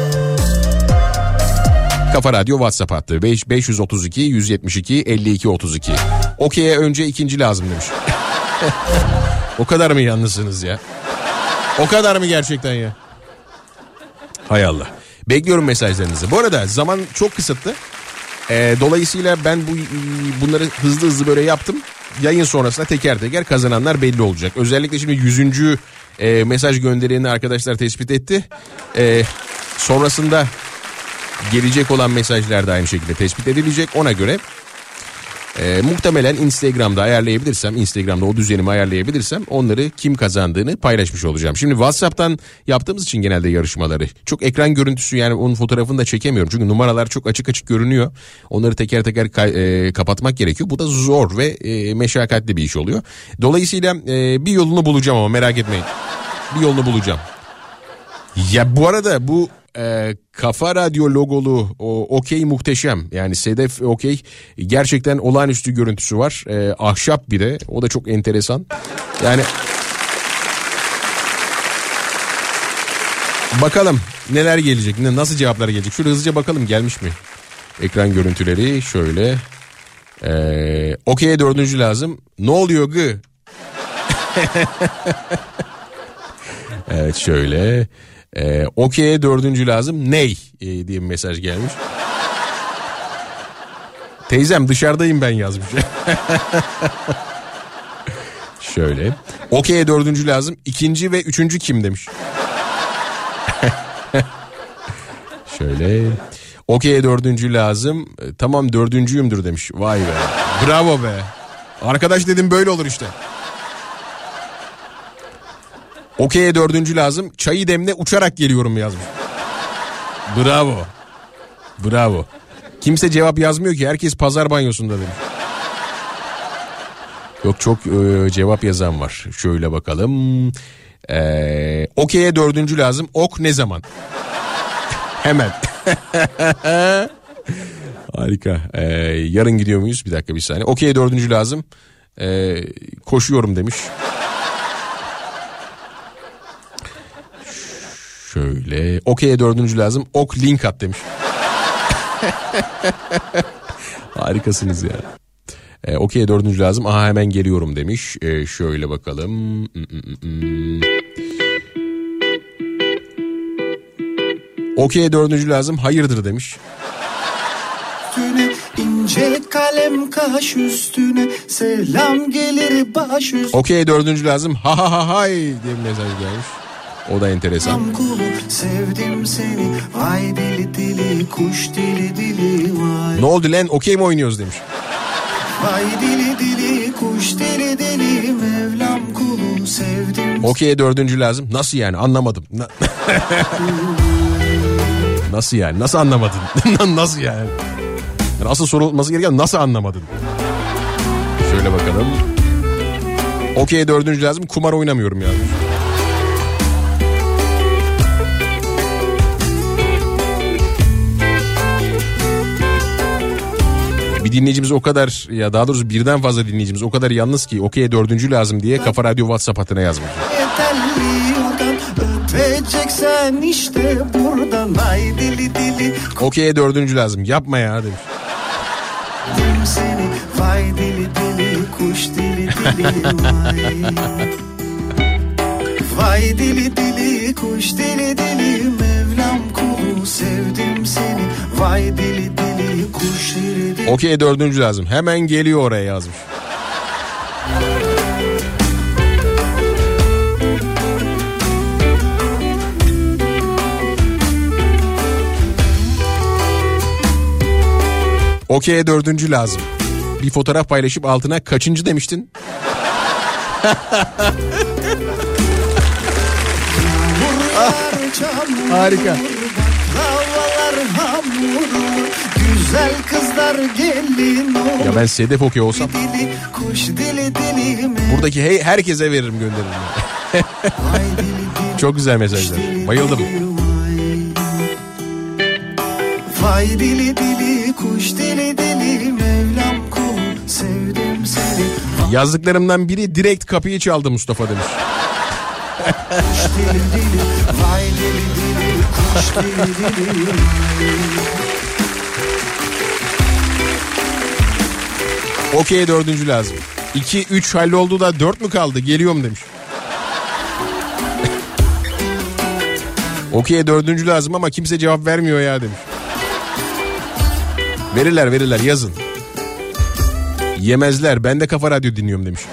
Kafa Radyo WhatsApp hattı beş yüz otuz iki yüz yetmiş iki elli iki otuz iki. Okey'e önce ikinci lazım demiş. O kadar mı yalnızsınız ya? O kadar mı gerçekten ya? Hay Allah. Bekliyorum mesajlarınızı. Bu arada zaman çok kısıtlı. Ee, dolayısıyla ben bu bunları hızlı hızlı böyle yaptım. Yayın sonrasında teker teker kazananlar belli olacak. Özellikle şimdi yüzüncü E, mesaj göndereni arkadaşlar tespit etti. E, sonrasında gelecek olan mesajlar da aynı şekilde tespit edilecek. Ona göre e, muhtemelen Instagram'da ayarlayabilirsem, Instagram'da o düzenimi ayarlayabilirsem onları kim kazandığını paylaşmış olacağım. Şimdi WhatsApp'tan yaptığımız için genelde yarışmaları çok ekran görüntüsü, yani onun fotoğrafını da çekemiyorum. Çünkü numaralar çok açık açık görünüyor. Onları teker teker ka- e, kapatmak gerekiyor. Bu da zor ve e, meşakkatli bir iş oluyor. Dolayısıyla e, bir yolunu bulacağım ama merak etmeyin. Bir yolunu bulacağım. Ya bu arada bu e, Kafa Radyo logolu o okey muhteşem. Yani Sedef okey gerçekten olağanüstü görüntüsü var. E, ahşap bir de, o da çok enteresan. Yani bakalım neler gelecek, nasıl cevaplar gelecek. Şöyle hızlıca bakalım gelmiş mi ekran görüntüleri. Şöyle e, okey'e dördüncü lazım. Ne oluyor gı? Evet şöyle e, okey'e dördüncü lazım ney e, diye bir mesaj gelmiş. Teyzem dışarıdayım ben yazmış. Şöyle okey'e dördüncü lazım, ikinci ve üçüncü kim demiş. Şöyle okey'e dördüncü lazım, e, tamam dördüncüyümdür demiş. Vay be, bravo be arkadaş, dedim böyle olur işte. Okey'e dördüncü lazım, çayı demle uçarak geliyorum yazmış. Bravo. Bravo. Kimse cevap yazmıyor ki, herkes pazar banyosunda demiş. Yok çok e, cevap yazan var. Şöyle bakalım. E, Okey'e dördüncü lazım, ok ne zaman? Hemen. Harika. E, yarın gidiyor muyuz? Bir dakika bir saniye. Okey'e dördüncü lazım. E, koşuyorum demiş. Şöyle okey'e dördüncü lazım, ok link at demiş. Harikasınız ya. E, okey'e dördüncü lazım, aha hemen geliyorum demiş. E, şöyle bakalım. Okey'e dördüncü lazım, hayırdır demiş. ince kalem kaş üstüne, selam gelir baş üstüne. Okey dördüncü lazım. Ha ha ha hay diye bir mesaj gelmiş. O da enteresan. Kulu, sevdim seni, vay dili dili, kuş dili dili vay. Ne oldu lan, okey mi oynuyoruz demiş. Vay dili dili, kuş dili dili, Mevlam kulu, sevdim. Okey dördüncü lazım. Nasıl yani, anlamadım. Na- Nasıl yani, nasıl anlamadın? Nasıl yani? Yani asıl sorulması gereken nasıl anlamadın? Şöyle bakalım. Okey dördüncü lazım, kumar oynamıyorum yani. Bir dinleyicimiz o kadar, ya daha doğrusu birden fazla dinleyicimiz o kadar yalnız ki okey dördüncü lazım diye Kafa Radyo WhatsApp hattına yazmış. Öpeceksen işte buradan, ay dili dili. Okey dördüncü lazım, yapma ya demiş. Seni, vay dili dili, kuş dili dili vay. Vay dili dili, kuş dili dili, Mevlam kulu, sevdim seni. Vay dili dili, kuş dili dili. Okey dördüncü lazım, hemen geliyor oraya yazmış. Okey dördüncü lazım. Bir fotoğraf paylaşıp altına kaçıncı demiştin? Harika. Güzel kızlar gelin. Ya ben Sedef okey olsam kuş dili dili, buradaki hey, herkese veririm, gönderirim. Çok güzel mesajlar. Bayıldım. Vay dili dili, kuş dili dili, Mevlam kul, sevdim seni. Yazdıklarımdan biri direkt kapıyı çaldı Mustafa demiş. Kuş dili dili, vay dili dili, kuş dili dili. Okey dördüncü lazım. iki üç halloldu da dört mü kaldı, geliyorum demiş. Okey dördüncü lazım ama kimse cevap vermiyor ya demiş. Verirler verirler, yazın. Yemezler, ben de Kafa Radyo dinliyorum demiş.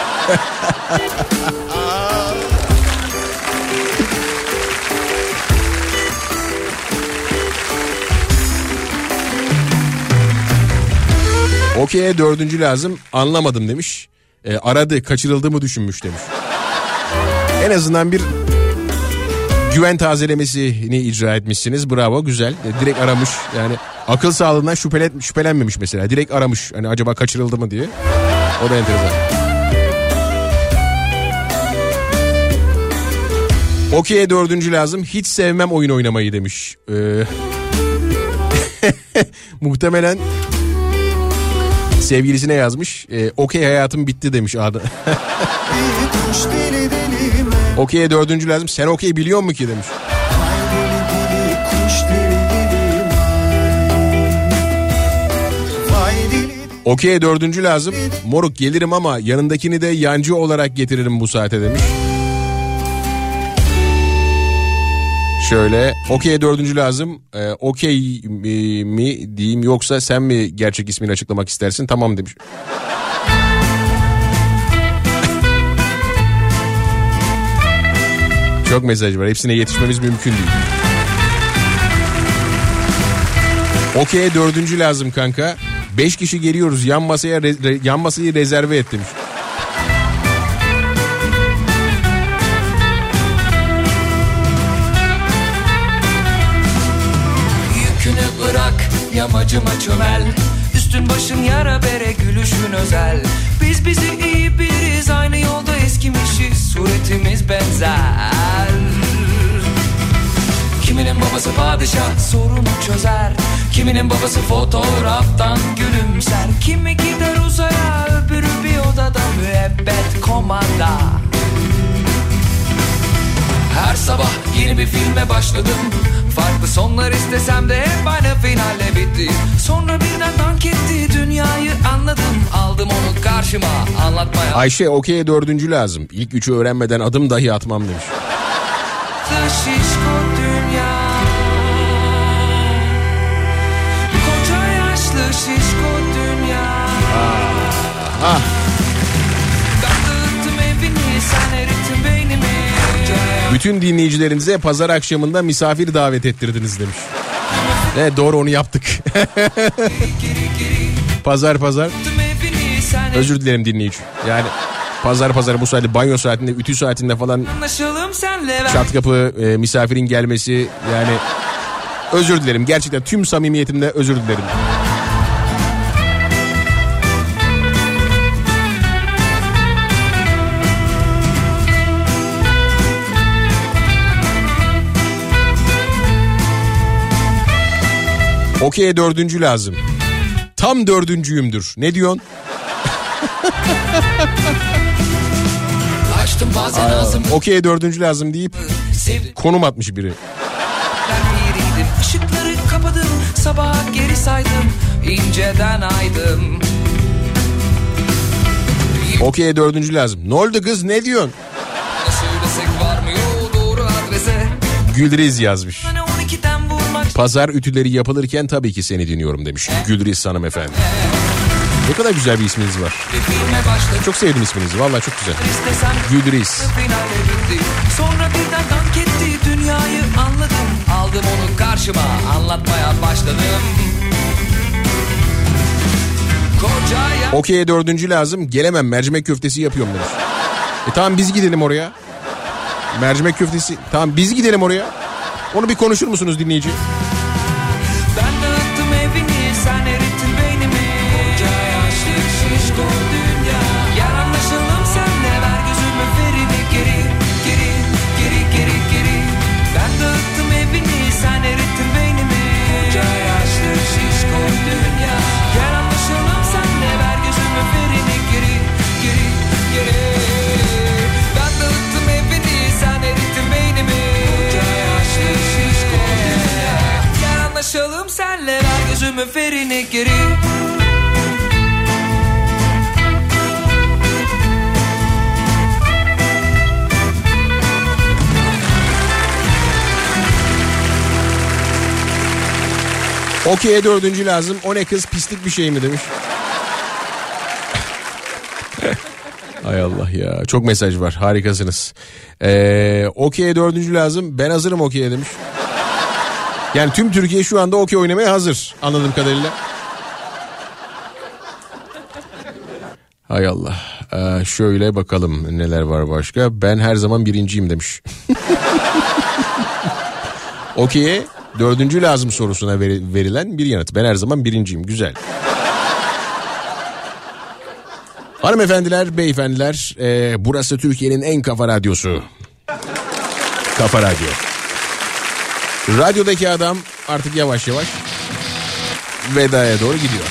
Okey'e dördüncü lazım, anlamadım demiş. E, aradı, kaçırıldığımı düşünmüş demiş. En azından bir güven tazelemesini icra etmişsiniz, bravo, güzel. E, direkt aramış yani, akıl sağlığından şüphelen, şüphelenmemiş mesela, direkt aramış hani acaba kaçırıldı mı diye. O da enteresan. Okey'e dördüncü lazım, hiç sevmem oyun oynamayı demiş. Ee, muhtemelen sevgilisine yazmış. Ee, Okey hayatım bitti demiş adı. Okey'e dördüncü lazım, sen okey biliyor musun ki demiş. Okey dördüncü lazım, moruk gelirim ama yanındakini de yancı olarak getiririm bu saate demiş. Şöyle, okey dördüncü lazım, ee, okey mi, mi diyeyim yoksa sen mi gerçek ismini açıklamak istersin, tamam demiş. Çok mesaj var, hepsine yetişmemiz mümkün değil. Okey dördüncü lazım kanka, beş kişi geliyoruz, yan masaya re, yan masayı rezerve et demiş. Yamacıma çömel, üstün başın yara bere, gülüşün özel. Biz bizi iyi biriz, aynı yolda eskimişiz, suretimiz benzer. Kiminin babası padişah, sorunu çözer. Kiminin babası fotoğraftan gülümser. Kimi gider uzaya, öbürü bir odada müebbet komanda. Her sabah yeni bir filme başladım, farklı sonlar istesem de hep aynı finalle bitti. Sonra birden dank etti, dünyayı anladım, aldım onu karşıma anlatmaya. Ayşe okey dördüncü lazım, İlk üçü öğrenmeden adım dahi atmam demiş. Şişko dünya, koca yaşlı yaşlı şişko dünya. Ah. Ben dağıttım evini, sen erittin beynimi. Bütün dinleyicilerinize pazar akşamında misafir davet ettirdiniz demiş. Evet, doğru, onu yaptık. Pazar pazar. Özür dilerim dinleyici. Yani pazar pazar bu saatte, banyo saatinde, ütü saatinde falan çat kapı e, misafirin gelmesi, yani özür dilerim. Gerçekten tüm samimiyetimle özür dilerim. Okey, dördüncü lazım. Tam dördüncüyümdür. Ne diyorsun? Okey, dördüncü lazım deyip konum atmış biri. Işıkları kapadım, sabaha geri saydım, inceden aydım. Okey, dördüncü lazım. Ne oldu kız, ne diyorsun? Söylesek var mı yol doğru adrese? Gülriz yazmış. Pazar ütüleri yapılırken tabii ki seni dinliyorum demiş Gülriz hanımefendi. Ne kadar güzel bir isminiz var. Çok sevdim isminizi, vallahi çok güzel. Gülriz. Sonra birden dank etti, dünyayı anladım. Aldım onu karşıma, anlatmaya başladım. Okey, dördüncü lazım. Gelemem, mercimek köftesi yapıyorum demiş. E tamam, biz gidelim oraya. Mercimek köftesi, tamam biz gidelim oraya. Onu bir konuşur musunuz dinleyici? Ben dağıttım evini, sen erittin beynimi. Koca yaşlı şişko dünya. Gel anlaşalım senle, ver gözüme ferini geri. Geri, geri, geri, geri. Ben dağıttım evini, sen erittin beynimi. Koca yaşlı şişko dünya. Gel anlaşalım senle, ver gözüme ferini geri. Geri, geri. Ben dağıttım evini, sen erittin beynimi. Koca yaşlı şişko dünya. Gel anlaşalım senle, ver gözümün ferini geri. Okey'e dördüncü lazım. O ne kız, pislik bir şey mi demiş. Hay Allah ya, çok mesaj var, harikasınız. Ee, Okey'e dördüncü lazım. Ben hazırım okey'e demiş. Yani tüm Türkiye şu anda okey oynamaya hazır anladığım kadarıyla. Hay Allah. Ee, şöyle bakalım neler var başka. Ben her zaman birinciyim demiş. Okey'e dördüncü lazım sorusuna verilen bir yanıt. Ben her zaman birinciyim. Güzel. Hanımefendiler, beyefendiler, e, burası Türkiye'nin en kafa radyosu. Kafa Radyo. Radyodaki adam artık yavaş yavaş vedaya doğru gidiyor.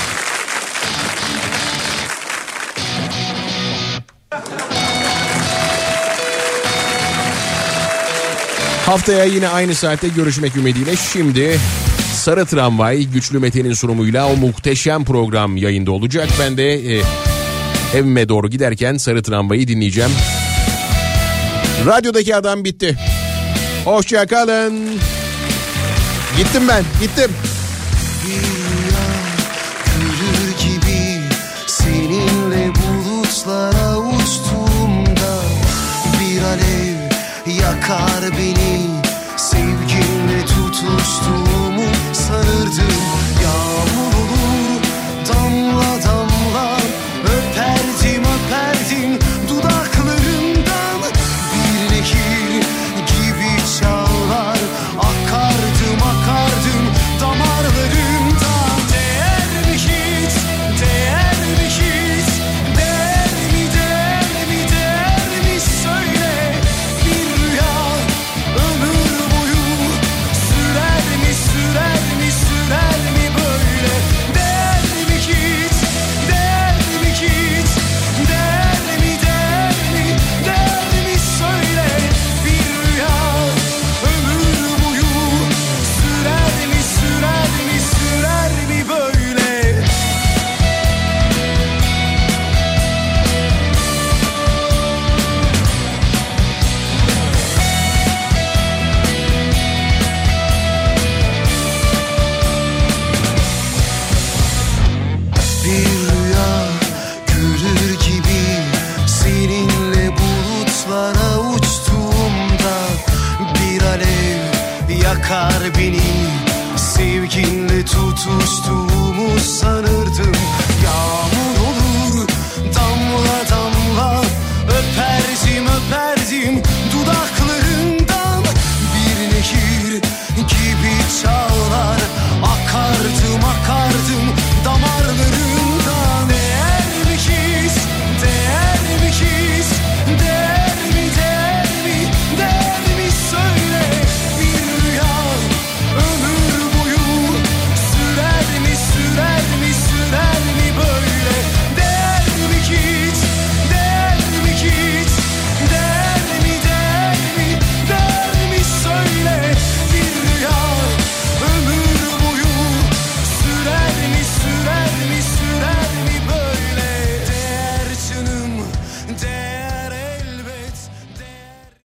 Haftaya yine aynı saatte görüşmek ümidiyle şimdi Sarı Tramvay Güçlü Mete'nin sunumuyla o muhteşem program yayında olacak. Ben de e, evime doğru giderken Sarı Tramvay'ı dinleyeceğim. Radyodaki adam bitti. Hoşça kalın. Gittim ben, gittim. Gülür gibi seninle bulutlara uçtuğumda bir alev yakar beni, sevginle tutuştuğumu sanırdım. Yağmur olur damla damla, öperdim öperdim dudaklarından, bir nehir gibi çağlar akardım akardım damarlarımdan. Değer mi hiç, değer mi hiç, değer mi değer yakar beni. Sevginle tutuştuğumu sanırdım. Ya